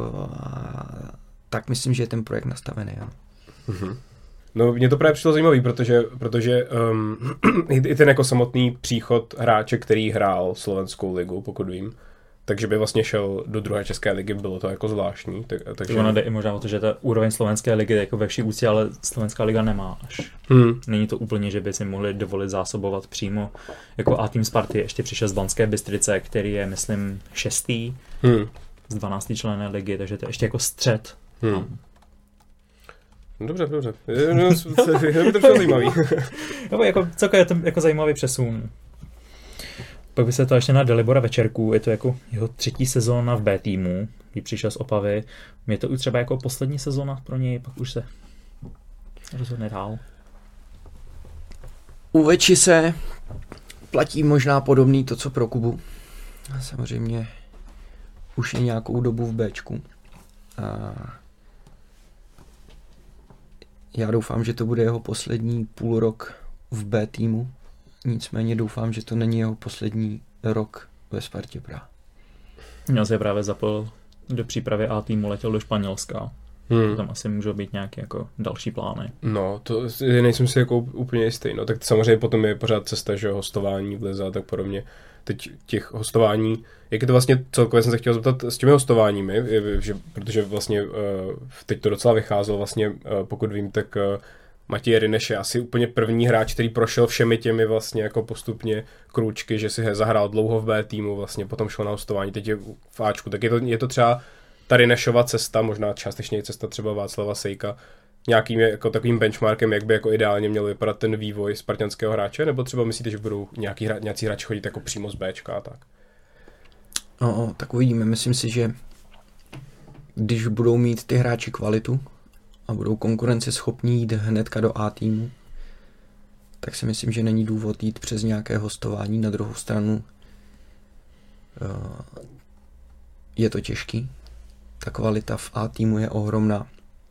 tak myslím, že je ten projekt nastavený, ano. No, mně to právě přišlo zajímavý, protože i ten jako samotný příchod hráče, který hrál slovenskou ligu, pokud vím, takže by vlastně šel do druhé české ligy, bylo to jako zvláštní. Takže ono jde i možná o to, že ta úroveň slovenské ligy je jako ve vší úctě, ale slovenská liga nemá až. Není to úplně, že by si mohli dovolit zásobovat přímo. Jako A tým Sparty ještě přišel z Banské Bystrice, který je, myslím, 6. z 12 členné ligy, takže to je ještě jako střed. Dobře. To je zajímavý. Jako celkově je to jako zajímavý přesun. Pak by se to ještě na Dalibora Večerku, je to jako jeho 3. sezóna v B týmu, kdy přišel z Opavy. Je to už třeba jako poslední sezóna pro něj, pak už se rozhodne dál. U Veči se platí možná podobný to, co pro Kubu. A samozřejmě už je nějakou dobu v Bčku. A já doufám, že to bude jeho poslední půl rok v B týmu. Nicméně doufám, že to není jeho poslední rok ve Spartě Praha. Já se právě zapojil do přípravy A týmu, letěl do Španělska. Tam asi můžou být nějaké jako další plány. No, to nejsem si jako úplně jistý. No, tak samozřejmě potom je pořád cesta, že hostování v lize a tak podobně. Teď těch hostování, jak je to vlastně celkově, jsem se chtěl zeptat s těmi hostováními, protože vlastně teď to docela vycházelo, vlastně pokud vím, tak Matěj Rineš je asi úplně první hráč, který prošel všemi těmi vlastně jako postupně krůčky, že si zahrál dlouho v B týmu, vlastně potom šel na hostování, teď je v Ačku, tak je to třeba ta Rinešova cesta, možná částečně cesta třeba Václava Sejka, nějakým jako takovým benchmarkem, jak by jako ideálně měl vypadat ten vývoj spartanského hráče, nebo třeba myslíte, že budou nějací hráči chodit jako přímo z Bčka a tak? No, tak uvidíme. Myslím si, že když budou mít ty hráči kvalitu a budou konkurenceschopní jít hnedka do A týmu, tak si myslím, že není důvod jít přes nějaké hostování. Na druhou stranu je to těžký. Ta kvalita v A týmu je ohromná.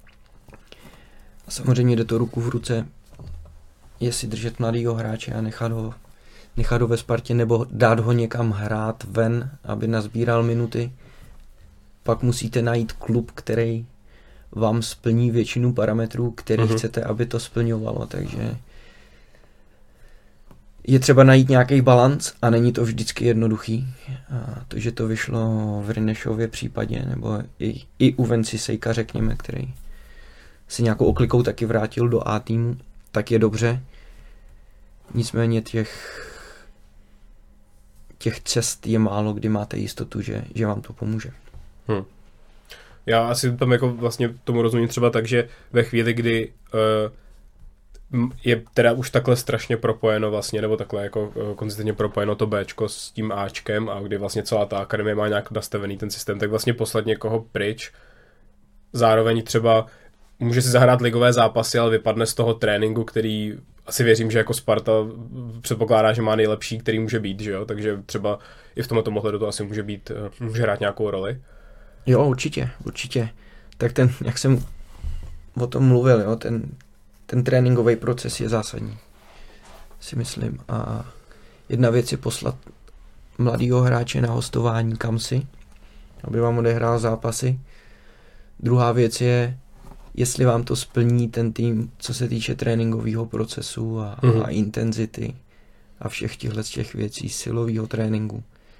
A samozřejmě jde to ruku v ruce, jestli držet mladýho hráče a nechat ho ve Spartě, nebo dát ho někam hrát ven, aby nazbíral minuty. Pak musíte najít klub, který vám splní většinu parametrů, který chcete, aby to splňovalo. Takže je třeba najít nějaký balanc a není to vždycky jednoduchý. A to, že to vyšlo v Rinešově případě, nebo i u Venci Sejka, řekněme, který se nějakou oklikou taky vrátil do A týmu, tak je dobře. Nicméně těch cest je málo, kdy máte jistotu, že vám to pomůže. Já asi tam jako vlastně tomu rozumím třeba tak, že ve chvíli, kdy je teda už takhle strašně propojeno vlastně, nebo takhle jako konzistentně propojeno to Bčko s tím Ačkem a kdy vlastně celá ta akademie má nějak nastavený ten systém, tak vlastně poslat někoho pryč. Zároveň třeba může si zahrát ligové zápasy, ale vypadne z toho tréninku, který asi věřím, že jako Sparta předpokládá, že má nejlepší, který může být, že jo? Takže třeba i v tomto ohledu to asi může hrát nějakou roli. Jo, určitě. Tak jak jsem o tom mluvil, jo, ten tréninkový proces je zásadní, si myslím. A jedna věc je poslat mladýho hráče na hostování kamsi, aby vám odehrál zápasy. Druhá věc je, jestli vám to splní ten tým, co se týče tréninkového procesu a intenzity a všech těch věcí, silového tréninku.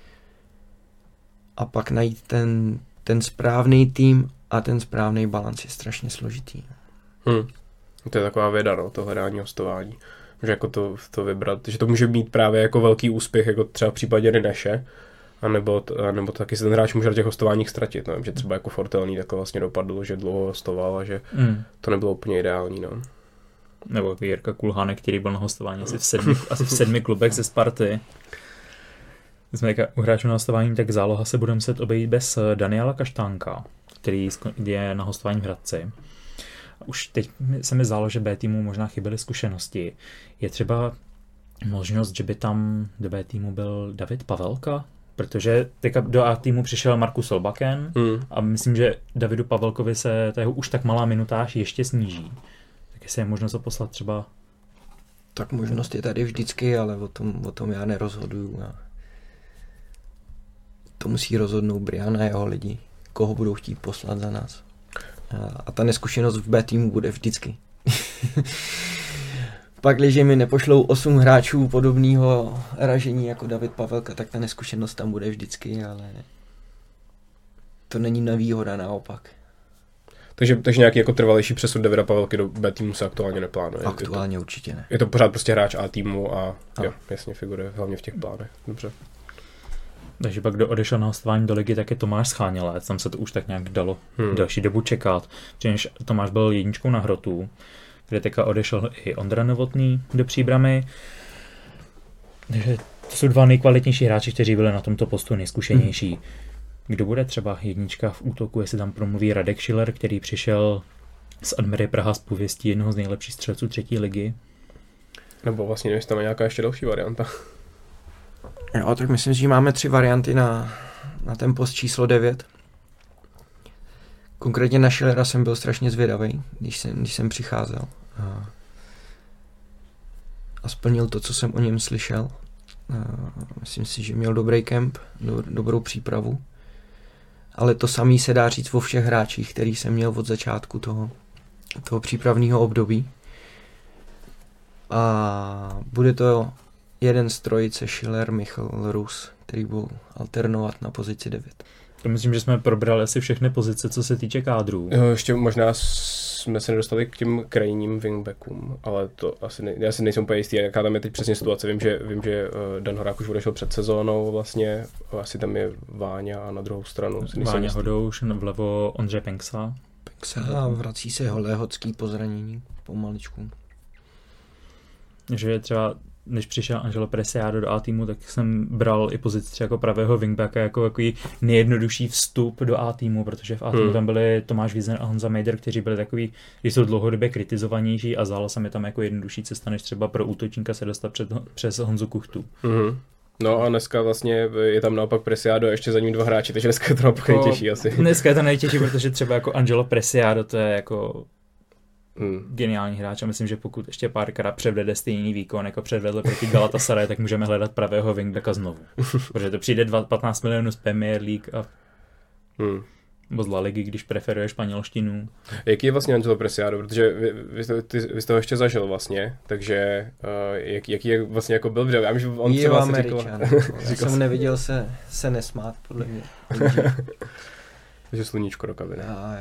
A pak najít ten správný tým a ten správný balans je strašně složitý. To je taková věda, no, to hledání hostování. Že jako to vybrat, že to může být právě jako velký úspěch, jako třeba v případě Rineše, anebo taky se ten hráč může na těch hostováních ztratit, no, že třeba jako Fortelný takhle vlastně dopadlo, že dlouho hostoval a že to nebylo úplně ideální, no. Nebo Jirka Kulhánek, který byl na hostování asi v 7 klubech ze Sparty. Když jsme u hráčů na hostování, tak záloha se bude muset obejít bez Daniela Kaštánka, který je na hostování v Hradci. Už teď se mi zdálo, že B týmu možná chyběly zkušenosti. Je třeba možnost, že by tam do B týmu byl David Pavelka? Protože teďka do A týmu přišel Markus Solbakken a myslím, že Davidu Pavelkovi se ta jeho už tak malá minutáž ještě sníží. Tak jestli je možnost ho poslat třeba... Tak možnost je tady vždycky, ale o tom já nerozhoduju. To musí rozhodnout Brian a jeho lidi, koho budou chtít poslat za nás. A ta neskušenost v B týmu bude vždycky. Pak, když mi nepošlou 8 hráčů podobného ražení jako David Pavelka, tak ta neskušenost tam bude vždycky, ale to není nevýhoda, naopak. Takže nějaký jako trvalejší přesud Davida Pavelky do B týmu se aktuálně neplánuje? Aktuálně určitě ne. Je to pořád prostě hráč A týmu a jo, jasně figuruje hlavně v těch plánech. Dobře. Takže pak, kdo odešel na hostování do ligy, tak je Tomáš Schánělec, tam se to už tak nějak dalo další dobu čekat. Protože Tomáš byl jedničkou na Hrotu, kde teďka odešel i Ondra Novotný do Příbramy. Takže To jsou dva nejkvalitnější hráči, kteří byli na tomto postu nejzkušenější. Kdo bude třeba jednička v útoku, jestli tam promluví Radek Schiller, který přišel z Admiry Praha z pověstí jednoho z nejlepších střelců 3. ligy? Nebo vlastně nevím, jestli tam je nějaká ještě další varianta. Jo, tak myslím, že máme 3 varianty na ten post číslo 9. Konkrétně na Schillera jsem byl strašně zvědavý, když jsem přicházel. A splnil to, co jsem o něm slyšel. Myslím si, že měl dobrý kemp, dobrou přípravu. Ale to samý se dá říct o všech hráčích, který jsem měl od začátku toho přípravného období. A bude to jeden z trojice Schiller, Michal, Rus, který budou alternovat na pozici 9. To myslím, že jsme probrali asi všechny pozice, co se týče kádrů. Ještě možná jsme se nedostali k těm krajním wingbackům, ale to já si nejsem úplně jistý, jaká tam je teď přesně situace. Vím, že Dan Horák už odešel před sezónou vlastně, asi tam je Váňa a na druhou stranu. Váňa Hodouš, vlevo Ondřej Penksa. A vrací se Lehocký po zranění, pomaličku. Že třeba, než přišel Angelo Preciado do A-týmu, tak jsem bral i pozici třeba jako pravého wingbacka jako takový nejjednodušší vstup do A-týmu, protože v A-týmu tam byli Tomáš Wiesner a Honza Mejder, kteří byli takový, že jsou dlouhodobě kritizovanější a zdálo se mi tam jako jednodušší cesta, než třeba pro útočníka se dostat přes Honzu Kuchtu. No a dneska vlastně je tam naopak Preciado a ještě za ním 2 hráči, takže dneska je to naopak nejtěžší asi. Dneska je to nejtěžší, protože třeba jako Angelo Preciado, to je jako geniální hráč a myslím, že pokud ještě párkrát předvede stejný výkon, jako předvedl proti Galatasaray, tak můžeme hledat pravého wingbacka znovu. Protože to přijde 15 milionů z Premier League a nebo z La Ligy, když preferuje španělštinu. Jaký je vlastně Angelo Preciado? Protože vy jste ho ještě zažil vlastně, takže jaký je vlastně jako byl, protože já vím, že on je třeba Američan. Já jsem neviděl se nesmát, podle mě. Takže sluníčko do kabiny.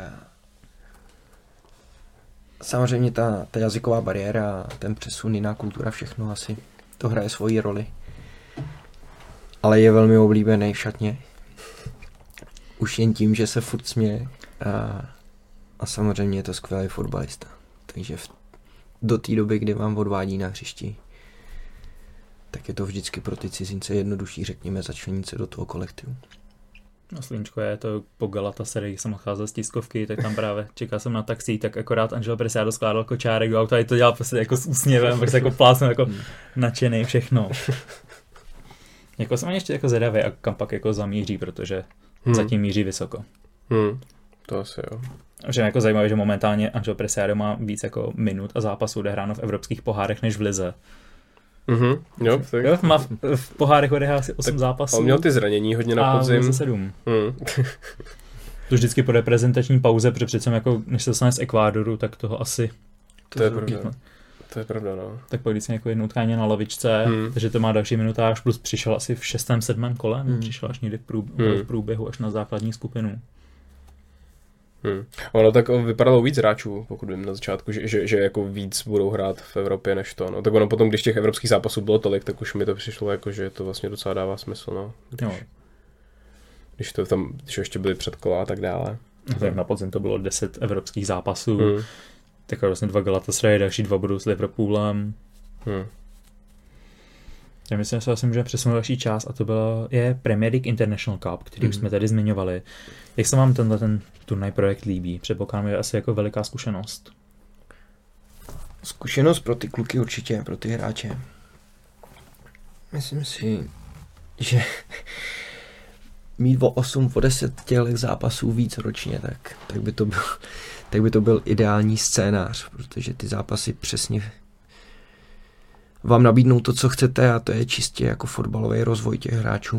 Samozřejmě ta jazyková bariéra, ten přesun, jiná kultura, všechno asi to hraje svoji roli. Ale je velmi oblíbený v šatně. Už jen tím, že se furt směje. A samozřejmě je to skvělý fotbalista. Takže do té doby, kdy vám odvádí na hřišti, tak je to vždycky pro ty cizince jednodušší, řekněme, začlenit se do toho kolektivu. No sluníčko je to po Galatasaray, když jsem odcházel z tiskovky, tak tam právě čekal jsem na taxi, tak akorát Angelo Preciado skládal kočárek do auta a to dělal prostě jako s úsměvem, prostě jako plásnul jako nadšený všechno. Jako jsem ještě jako zvědavý a kam pak jako zamíří, protože zatím míří vysoko. To asi jo. Že jako zajímavé, že momentálně Angelo Preciado má víc jako minut a zápasů odehráno v evropských pohárech než v lize. Jo, má v pohárech odehrál asi 8 zápasů. On měl ty zranění hodně na podzim. A v lize 7. To vždycky po reprezentační pauze, protože přece jako, než se dostane z Ekvádoru, tak toho asi... To je pravda. To je pravda, no. Tak pak vždycky jako jednou tkáně na lavičce, takže to má další minutáž, plus přišel asi v 6. 7. kole, přišel až někdy v průběhu, až na základní skupinu. Ono tak vypadalo víc hráčů, pokud vím na začátku, že jako víc budou hrát v Evropě než to. No. Tak ono potom, když těch evropských zápasů bylo tolik, tak už mi to přišlo jako, že to vlastně docela dává smysl. No. Když to tam, když ještě byly předkola a tak dále. Tak na podzim to bylo 10 evropských zápasů, tak vlastně 2 Galatasaray, další 2 budou s Liverpoolem. Já myslím, že se asi můžeme přesunout další část a to je Premier League International Cup, který už jsme tady zmiňovali. Jak se vám ten turnaj projekt líbí? Předpokládám, že asi jako veliká zkušenost. Zkušenost pro ty kluky určitě, pro ty hráče. Myslím si, že mít o 8, o 10 těchto zápasů víc ročně, tak by to byl ideální scénář, protože ty zápasy přesně vám nabídnou to, co chcete a to je čistě jako fotbalový rozvoj těch hráčů.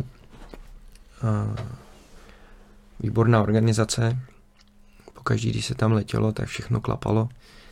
Výborná organizace. Pokaždý, když se tam letělo, tak všechno klapalo.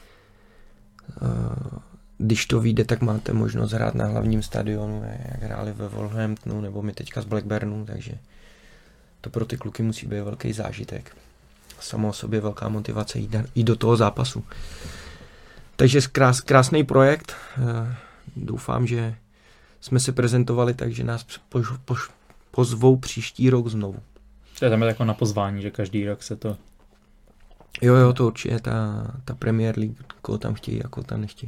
Když to vyjde, tak máte možnost hrát na hlavním stadionu, jak hráli ve Wolverhamptonu nebo my teďka z Blackburnu, takže to pro ty kluky musí být velký zážitek. Samo o sobě velká motivace jít do toho zápasu. Takže krásný projekt. Doufám, že jsme se prezentovali, takže nás pozvou příští rok znovu. To je tam jako na pozvání, že každý rok se to... Jo, to určitě ta Premier League, koho tam chtějí a koho tam nechtějí.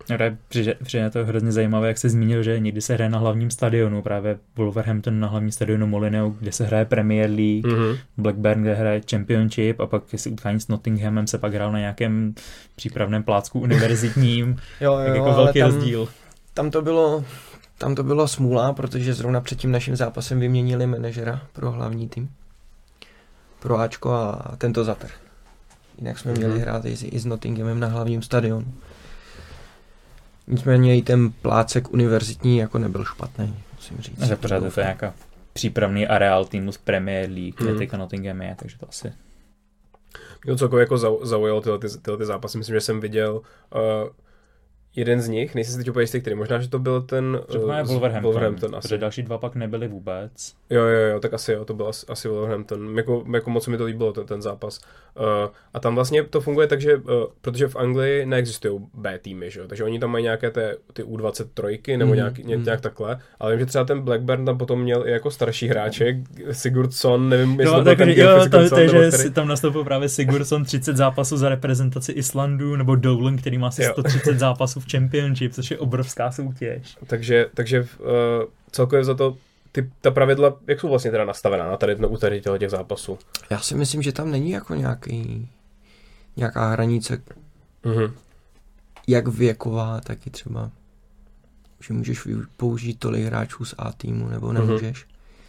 Přijde to hrozně zajímavé, jak se zmínil, že někdy se hraje na hlavním stadionu, právě Wolverhampton na hlavním stadionu Molineux, kde se hraje Premier League, Blackburn, kde hraje Championship, a pak jestli utkání s Nottinghamem se pak hrál na nějakém přípravném plácku univerzitním. jo, jako velký rozdíl. Tam to bylo smůla, protože zrovna před tím naším zápasem vyměnili manažera pro hlavní tým. Pro Ačko a tento zatrh. Jinak jsme měli hrát i s Nottinghamem na hlavním stadionu. Nicméně i ten plácek univerzitní jako nebyl špatný, musím říct. Ale pořád to je nějaká přípravný areál týmu z Premier League, kde teďka Nottingham je, takže to asi... Mě celkově jako zaujalo tyhle zápasy. Myslím, že jsem viděl jeden z nich, nejsem si teď úplně jistý, který. Možná, že to byl ten Wolverhampton asi. Protože další dva pak nebyli vůbec. Jo, tak asi jo, to byl asi Wolverhampton. Jako moc mi to líbilo, ten zápas. A tam vlastně to funguje tak, že protože v Anglii neexistují B týmy, že jo? Takže oni tam mají nějaké ty U23 nebo nějak takhle, ale vím, že třeba ten Blackburn tam potom měl i jako starší hráče, Sigurdsson, nevím, jestli to byl ten Sigurdsson, že tam nastoupil právě Sigurdsson, 30 zápasů za reprezentaci Islandu, nebo Dolan, který má asi 130 zápasů v Championship, což je obrovská soutěž. Takže celkově za to ta pravidla, jak jsou vlastně teda nastavená u těch zápasů? Já si myslím, že tam není jako nějaká hranice, jak věková, tak i třeba, že můžeš použít tolik hráčů z A týmu, nebo nemůžeš.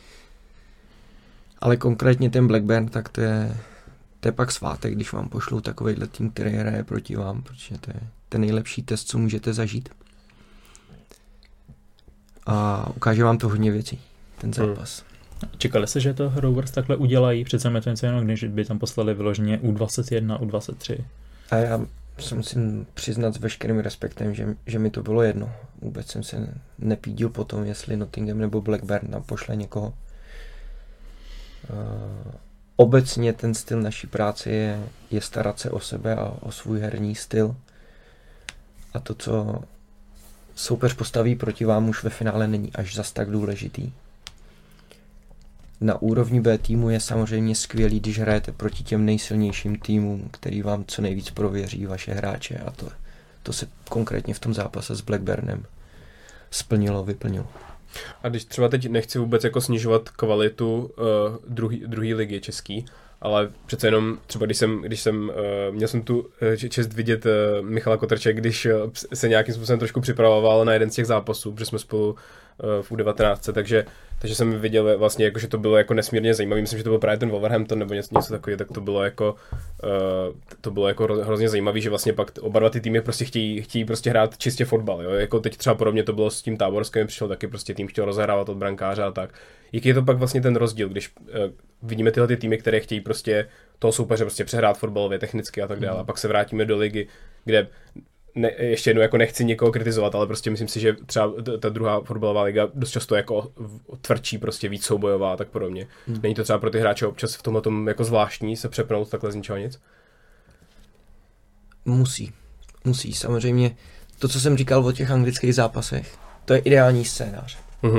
Ale konkrétně ten Blackburn, tak to je pak svátek, když vám pošlou takovejhle tým, který hraje proti vám, protože to je ten nejlepší test, co můžete zažít. A ukáže vám to hodně věcí, ten zápas. Čekali se, že to Rovers takhle udělají? Přece je to něco jiného, když by tam poslali vyloženě U21, U23. A já se musím přiznat s veškerým respektem, že mi to bylo jedno. Vůbec jsem se nepídil po tom, jestli Nottingham nebo Blackburn tam pošle někoho. Obecně ten styl naší práce je starat se o sebe a o svůj herní styl. A to, co soupeř postaví proti vám, už ve finále není až zas tak důležitý. Na úrovni B týmu je samozřejmě skvělý, když hrajete proti těm nejsilnějším týmům, který vám co nejvíc prověří vaše hráče, a to se konkrétně v tom zápase s Blackburnem vyplnilo. A když třeba teď nechci vůbec jako snižovat kvalitu druhé ligy český, ale přece jenom třeba měl jsem tu čest vidět Michala Kotrče, když se nějakým způsobem trošku připravoval na jeden z těch zápasů, protože jsme spolu v U19, takže jsem viděl vlastně, jako, že to bylo jako nesmírně zajímavé. Myslím, že to byl právě ten Wolverhampton nebo něco takového, tak to bylo jako hrozně zajímavé, že vlastně pak oba dva ty týmy prostě chtějí prostě hrát čistě fotbal, jo? Jako teď třeba podobně to bylo s tím Táborským, přišel taky prostě tým chtěl rozehrávat od brankáře a tak. Jaký je to pak vlastně ten rozdíl, když vidíme tyhle ty týmy, které chtějí prostě toho soupeře prostě přehrát fotbalově, technicky a tak dále. A pak se vrátíme do ligy, kde ještě jednou jako nechci někoho kritizovat, ale prostě myslím si, že třeba ta druhá fotbalová liga dost často jako tvrdší, prostě víc soubojová a tak podobně. Není to třeba pro ty hráče občas v tomhletom jako zvláštní se přepnout takhle z ničeho nic? Musí. Samozřejmě to, co jsem říkal o těch anglických zápasech, to je ideální scénář.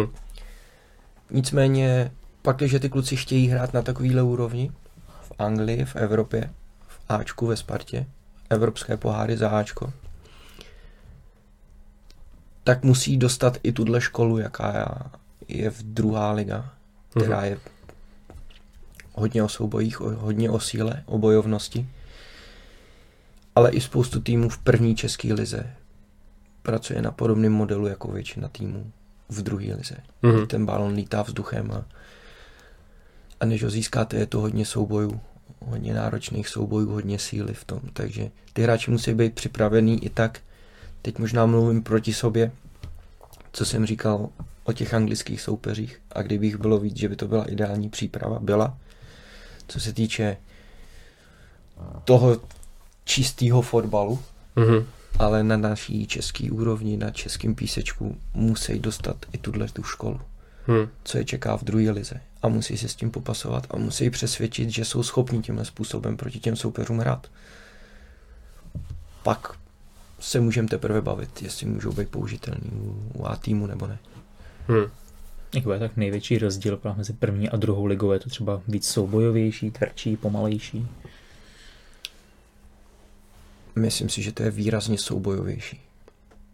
Nicméně pak, když ty kluci chtějí hrát na takovýhle úrovni, v Anglii, v Evropě, v Ačku, ve Spartě, evropské poháry za Ačko, tak musí dostat i tuhle školu, jaká je v druhá liga, která je hodně o soubojích, hodně o síle, o bojovnosti. Ale i spoustu týmů v první české lize pracuje na podobném modelu jako většina týmů v druhé lize. Ten balon lítá vzduchem a než ho získáte, je to hodně soubojů, hodně náročných soubojů, hodně síly v tom. Takže ty hráči musí být připravený i tak. Teď možná mluvím proti sobě, co jsem říkal o těch anglických soupeřích, a kdybych bylo víc, že by to byla ideální příprava, byla. Co se týče toho čistého fotbalu, ale na naší české úrovni, na českém písečku musí dostat i tu školu, co je čeká v druhé lize, a musí se s tím popasovat a musí přesvědčit, že jsou schopní tímhle způsobem proti těm soupeřům hrát. Pak se můžeme teprve bavit, jestli můžou být použitelný u A týmu nebo ne. Jak bude tak největší rozdíl mezi první a druhou ligou? Je to třeba víc soubojovější, tvrdší, pomalejší? Myslím si, že to je výrazně soubojovější.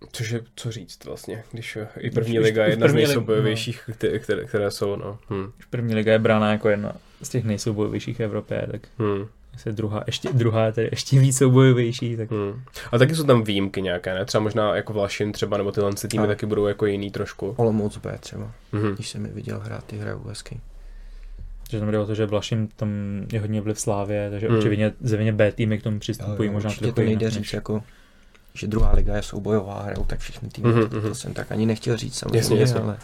Co říct vlastně, když i první liga je jedna z nejsoubojovějších, které jsou, no. První liga je brána jako jedna z těch nejsoubojovějších v Evropě, tak druhá je tedy ještě víc soubojovější. Tak... A taky jsou tam výjimky nějaké, ne? Třeba možná jako Vlašim třeba, nebo tyhle týmy taky budou jako jiný trošku. Olomouc B třeba, když jsem je viděl hrát, ty hrajou hezky. Že tam jde o to, že Vlašim tam je hodně vliv Slávě, takže určitě země B týmy k tomu přistupují možná trochu to nejde říct jako, že druhá liga je soubojová, hrajou tak všichni týmy, to jsem tak ani nechtěl říct samozřejmě, jasně. Ale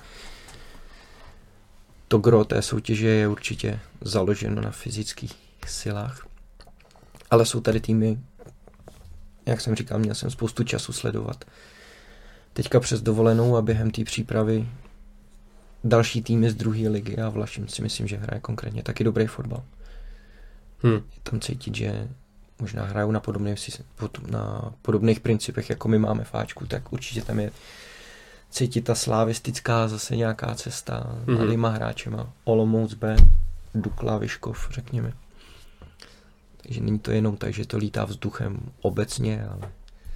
to gro té soutěže je určitě založeno na fyzických silách. Ale jsou tady týmy, jak jsem říkal, měl jsem spoustu času sledovat. Teďka přes dovolenou a během té přípravy další týmy z druhé ligy a Vlašim si myslím, že hraje konkrétně taky dobrý fotbal. Je tam cítit, že možná hrajou na podobných principech, jako my máme v Ačku, tak určitě tam je cítit ta slavistická zase nějaká cesta mladýma hráčema. Olomouc B, Dukla, Vyškov, řekněme. Takže není to jenom tak, že to lítá vzduchem obecně, ale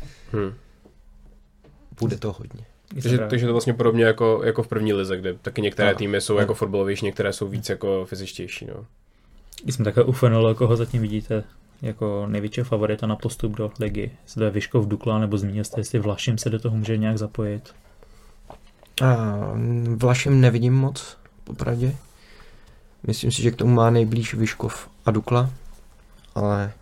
bude to hodně. Takže to vlastně podobně jako v první lize, kde taky některé týmy jsou jako fotbalovější, některé jsou víc jako fyzičtější. No. Když jsme takhle uFNL, koho zatím vidíte jako největšího favorita na postup do ligy? Jestli to je Vyškov, Dukla, nebo zmínil jste, jestli Vlašim se do toho může nějak zapojit? Vlašim nevidím moc, popravdě. Myslím si, že k tomu má nejblíž Vyškov a Dukla, ale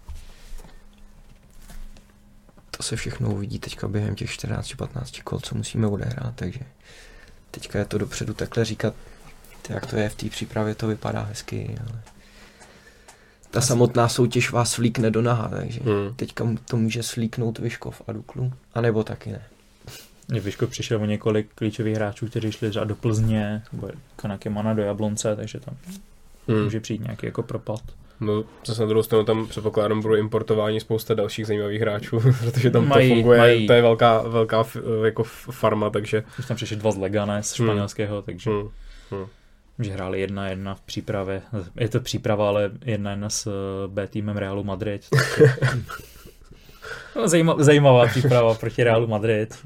to se všechno uvidí teďka během těch 14-15 kol, co musíme odehrát, takže teďka je to dopředu takhle říkat, jak to je v té přípravě, to vypadá hezky, ale ta samotná soutěž vás svlíkne do naha, takže teďka to může svlíknout Vyškov a Duklu, anebo taky ne. Vyškov přišel o několik klíčových hráčů, kteří šli třeba do Plzně, nebo Kanakemana do Jablonce, takže tam může přijít nějaký jako propad. No, zase na druhou stranu tam předpokládám budou importování spousta dalších zajímavých hráčů, protože tam to funguje, to je velká jako farma, takže... Už tam přišli 2 z Legane, z španělského, takže... Že hráli 1-1 v přípravě. Je to příprava, ale 1-1 s B týmem Realu Madrid. Zajímavá příprava proti Realu Madrid.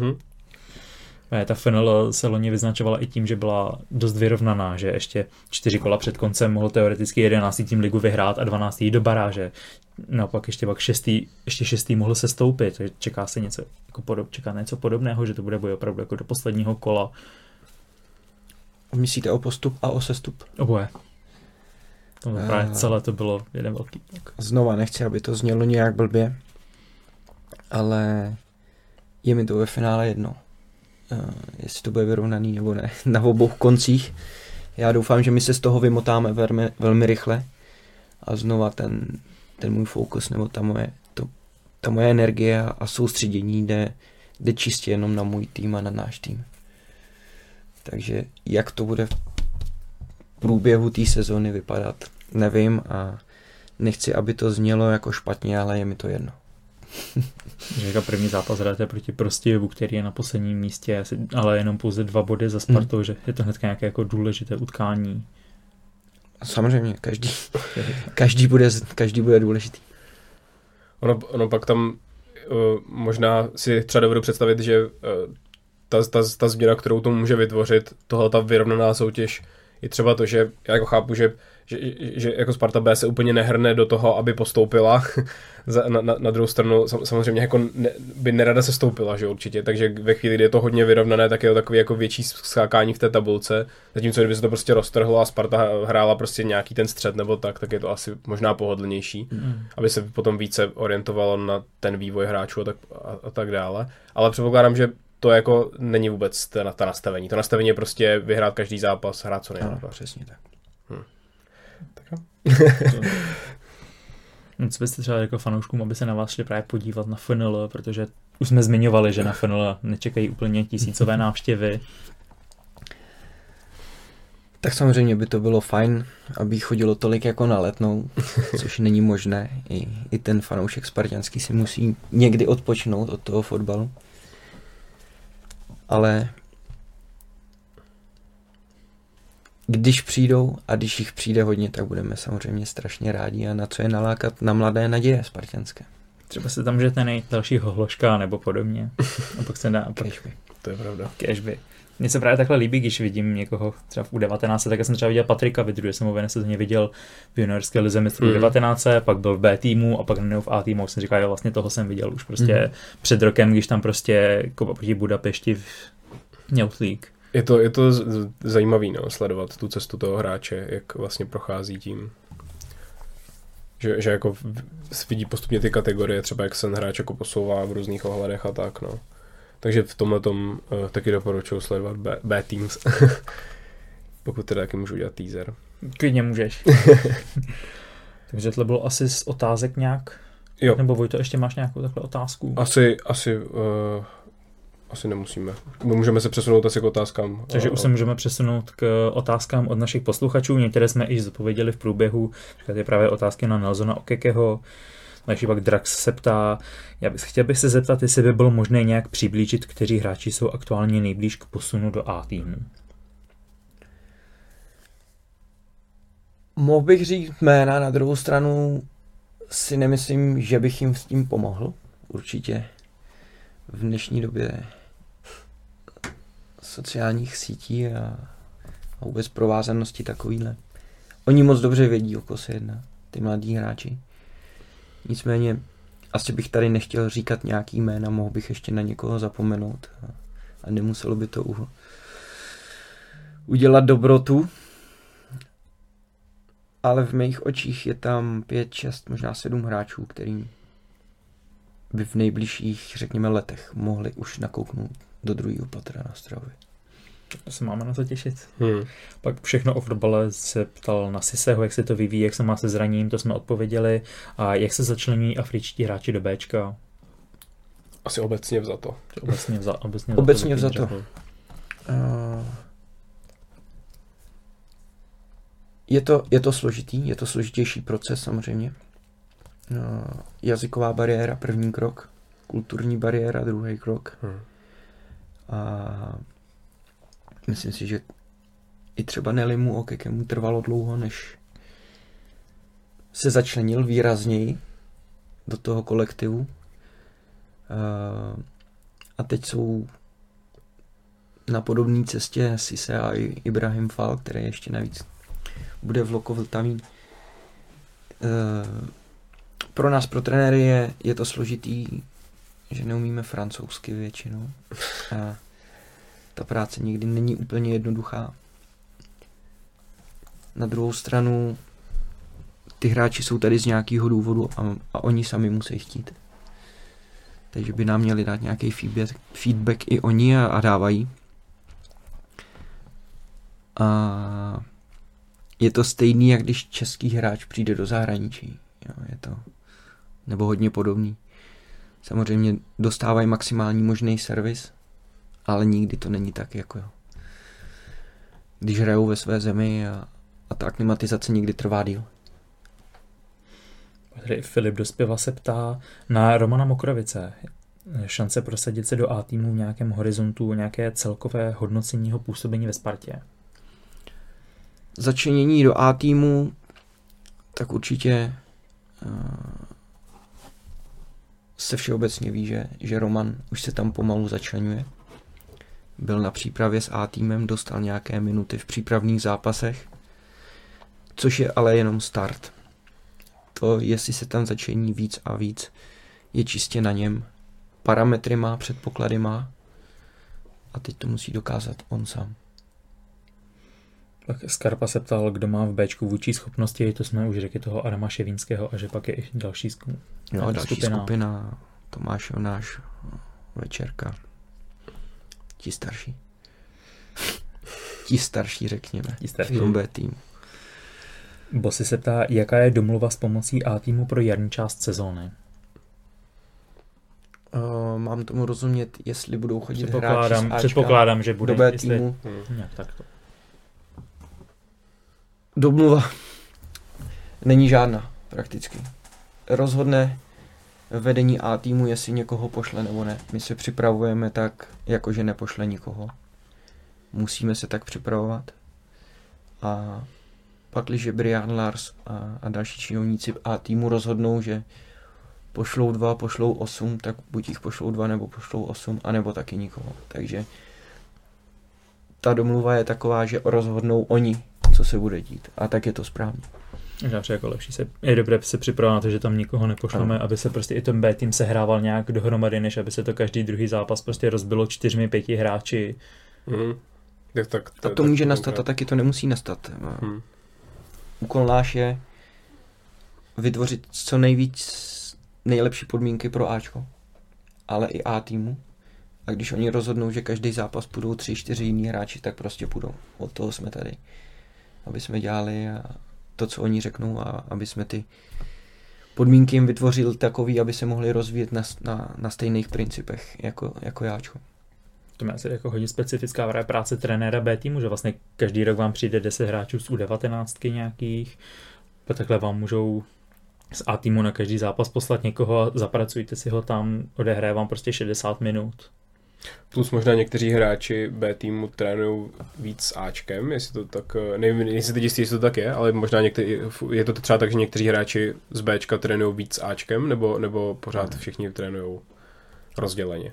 Ta FNL se loni vyznačovala i tím, že byla dost vyrovnaná, že ještě 4 kola před koncem mohl teoreticky 11. tým ligu vyhrát a 12. do baráže. Naopak ještě pak 6. mohl se stoupit. Čeká se něco podobného, že to bude boj opravdu jako do posledního kola. Myslíte o postup a o sestup? Oboje. Právě celé to bylo jeden velký blok. Znova nechci, aby to znělo nějak blbě, ale je mi to ve finále jedno. Jestli to bude vyrovnaný nebo ne, na obou koncích. Já doufám, že my se z toho vymotáme velmi rychle a znova ten můj fokus nebo ta moje energie a soustředění jde čistě jenom na můj tým a na náš tým. Takže jak to bude v průběhu té sezóny vypadat, nevím a nechci, aby to znělo jako špatně, ale je mi to jedno. Že první zápas hrajete proti Prostějovu, který je na posledním místě, ale jenom pouze 2 body za Spartou, že je to hnedka nějaké jako důležité utkání. Samozřejmě, každý bude důležitý. Ono pak tam možná si třeba dovedu představit, že ta změna, kterou to může vytvořit, ta vyrovnaná soutěž, je třeba to, že já jako chápu, že jako Sparta B se úplně nehrne do toho, aby postoupila. Na druhou stranu samozřejmě jako by nerada se stoupila, že určitě, takže ve chvíli, kdy je to hodně vyrovnané, tak je to takový jako větší skákání v té tabulce, zatímco kdyby se to prostě roztrhlo a Sparta hrála prostě nějaký ten střed nebo tak je to asi možná pohodlnější, aby se potom více orientovalo na ten vývoj hráčů a tak dále. Ale předpokládám, že to jako není vůbec ta nastavení. To nastavení je prostě vyhrát každý zápas, hrát co nejlépe. Přesně tak. Tak jo. Co byste třeba jako fanouškům, aby se na vás šli právě podívat na FNL, protože už jsme zmiňovali, že na FNL nečekají úplně tisícové návštěvy. Tak samozřejmě by to bylo fajn, aby chodilo tolik jako na Letnou, což není možné. I ten fanoušek spartanský si musí někdy odpočinout od toho fotbalu. Ale když přijdou a když jich přijde hodně, tak budeme samozřejmě strašně rádi a na co je nalákat na mladé naděje spartanské. Třeba se tam můžete najít dalšího hložka nebo podobně. A pak se dá... Cashby. To je pravda. Cashby. Mně se právě takhle líbí, když vidím někoho třeba v U19, tak já jsem třeba viděl Patrika Vidru, jsem ho v jedné sezóně viděl v juniorské lize mistrů 19, pak byl v B týmu a pak neměl v A týmu, jsem říkal, jo, vlastně toho jsem viděl už prostě před rokem, když tam prostě proti Budapešti v Youth League. Je to zajímavý, no, sledovat tu cestu toho hráče, jak vlastně prochází tím. Že jako vidí postupně ty kategorie, třeba jak se ten hráč jako posouvá v různých ohledech a tak, no. Takže v tomhletom taky doporučuji sledovat B-Teams. Pokud teda taky můžu udělat teaser. Klidně můžeš. Takže tohle bylo asi z otázek nějak? Jo. Nebo Vojto, ještě máš nějakou takhle otázku? Asi nemusíme. Můžeme se přesunout asi k otázkám. Takže už se můžeme přesunout k otázkám od našich posluchačů. Některé jsme již zodpověděli v průběhu. Říkáte právě otázky na Nelsona Okekeho. Takže pak Drax se ptá, chtěl bych se zeptat, jestli by bylo možné nějak přiblížit, kteří hráči jsou aktuálně nejblíž k posunu do A týmu. Mohl bych říct jména, na druhou stranu si nemyslím, že bych jim s tím pomohl. Určitě v dnešní době sociálních sítí a vůbec provázanosti takovýhle. Oni moc dobře vědí, o koho se jedná, ty mladí hráči. Nicméně asi bych tady nechtěl říkat nějaký jména, mohl bych ještě na někoho zapomenout a nemuselo by to udělat dobrotu. Ale v mých očích je tam 5, 6, možná 7 hráčů, kterým by v nejbližších, řekněme, letech mohli už nakouknout do druhého patra na Strahově. To se máme na to těšit. Pak všechno o fotbale se ptal na Siseho, jak se to vyvíjí, jak se má se zraním, to jsme odpověděli. A jak se začlení afričtí hráči do Bčka? Asi obecně vzato. Obecně vzato. Je to složitý, je to složitější proces samozřejmě. Jazyková bariéra, první krok, kulturní bariéra, druhý krok. A myslím si, že i třeba Nelimu Okekemu trvalo dlouho, než se začlenil výrazněji do toho kolektivu. A teď jsou na podobné cestě Sise a Ibrahim Fall, který ještě navíc bude v Loko Vltavín. Pro nás, pro trenéry, je to složitý, že neumíme francouzsky většinou. A ta práce nikdy není úplně jednoduchá. Na druhou stranu ty hráči jsou tady z nějakého důvodu a oni sami musí chtít. Takže by nám měli dát nějaký feedback i oni a dávají. A je to stejný, jak když český hráč přijde do zahraničí. Jo, je to nebo hodně podobný. Samozřejmě dostávají maximální možný servis, ale nikdy to není tak, jako když hrajou ve své zemi a ta aklimatizace někdy trvá díl. Tady Filip Dospěva se ptá na Romana Mokrovice. Šance prosadit se do A týmu v nějakém horizontu, nějaké celkové hodnocení jeho působení ve Spartě? Začlenění do A týmu, tak určitě se všeobecně ví, že Roman už se tam pomalu začleňuje. Byl na přípravě s A týmem, dostal nějaké minuty v přípravných zápasech, což je ale jenom start. To, jestli se tam začlení víc a víc, je čistě na něm. Parametry má, předpoklady má a teď to musí dokázat on sám. Pak Skarpa se ptal, kdo má v Bčku vůči schopnosti, to jsme už řekli toho Adama Ševínského a že pak je i další skupina. Tomáš Jonáš, Večerka. Ti starší, řekněme. V tom B týmu. Bosy se ptá, jaká je domluva s pomocí A týmu pro jarní část sezóny? Mám tomu rozumět, jestli budou chodit hráči z Ačka předpokládám, že bude do B týmu. Takto. Domluva není žádná prakticky. Rozhodne vedení A týmu, jestli někoho pošle nebo ne. My se připravujeme tak, jakože nepošle nikoho. Musíme se tak připravovat. A pak, když Brian Lars a další činovníci A týmu rozhodnou, že pošlou 2, pošlou 8, tak buď jich pošlou 2 nebo pošlou 8, anebo taky nikoho. Takže ta domluva je taková, že rozhodnou oni, co se bude dít. A tak je to správně. Takže jako lepší je dobré se připravit na to, že tam nikoho nepošleme, aby se prostě i ten B tým sehrával nějak dohromady, než aby se to každý druhý zápas prostě rozbilo 4-5 hráči. A to může nastat a taky to nemusí nastat. Úkol náš je vytvořit co nejlepší podmínky pro Ačko, ale i A týmu. A když oni rozhodnou, že každý zápas půjdou 3-4 jiní hráči, tak prostě půjdou. Od toho jsme tady. Aby jsme dělali to, co oni řeknou, a aby jsme ty podmínky jim vytvořili takový, aby se mohli rozvíjet na stejných principech jako Jáčko. To je asi jako hodně specifická práce trenéra B týmu, že vlastně každý rok vám přijde 10 hráčů z U19 nějakých, a takhle vám můžou z A týmu na každý zápas poslat někoho a zapracujte si ho tam, odehraje vám prostě 60 minut. Plus možná někteří hráči B týmu trénují víc s Ačkem, jestli to tak, nevím, jestli teď jistý, jestli to tak je, ale možná je to třeba tak, že někteří hráči z Bčka trénují víc s Ačkem, nebo pořád všichni trénují rozděleně?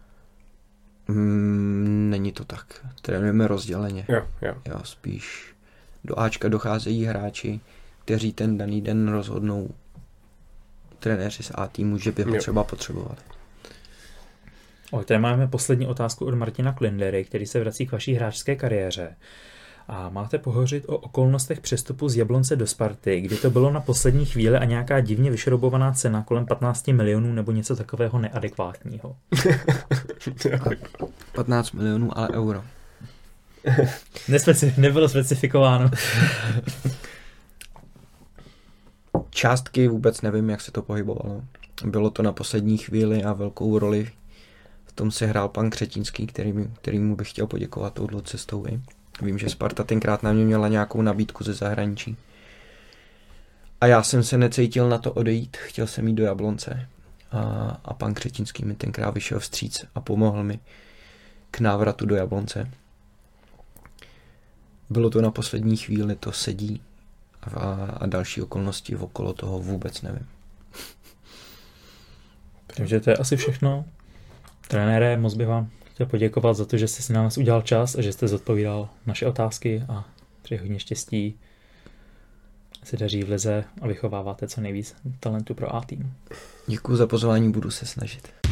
Není to tak. Trénujeme rozděleně. Jo. Spíš do Ačka docházejí hráči, kteří ten daný den rozhodnou trenéři z A týmu, že by ho třeba potřebovali. Tady máme poslední otázku od Martina Klindery, který se vrací k vaší hráčské kariéře. A máte pohovořit o okolnostech přestupu z Jablonce do Sparty, kdy to bylo na poslední chvíli a nějaká divně vyšroubovaná cena kolem 15 milionů nebo něco takového neadekvátního. 15 milionů, ale euro. Nebylo specifikováno. Částky vůbec nevím, jak se to pohybovalo. Bylo to na poslední chvíli a velkou roli v tom se hrál pan Křetínský, kterýmu bych chtěl poděkovat touhle cestou. Vím, že Sparta tenkrát na mě měla nějakou nabídku ze zahraničí. A já jsem se necítil na to odejít, chtěl jsem jít do Jablonce. A pan Křetínský mi tenkrát vyšel vstříc a pomohl mi k návratu do Jablonce. Bylo to na poslední chvíli, to sedí. A další okolnosti okolo toho vůbec nevím. Takže to je asi všechno. Trenére, moc bych vám chtěl poděkovat za to, že jste si na nás udělal čas a že jste zodpovídal naše otázky a přeji hodně štěstí. Se daří v lize a vychováváte co nejvíc talentu pro A tým. Děkuji za pozvání, budu se snažit.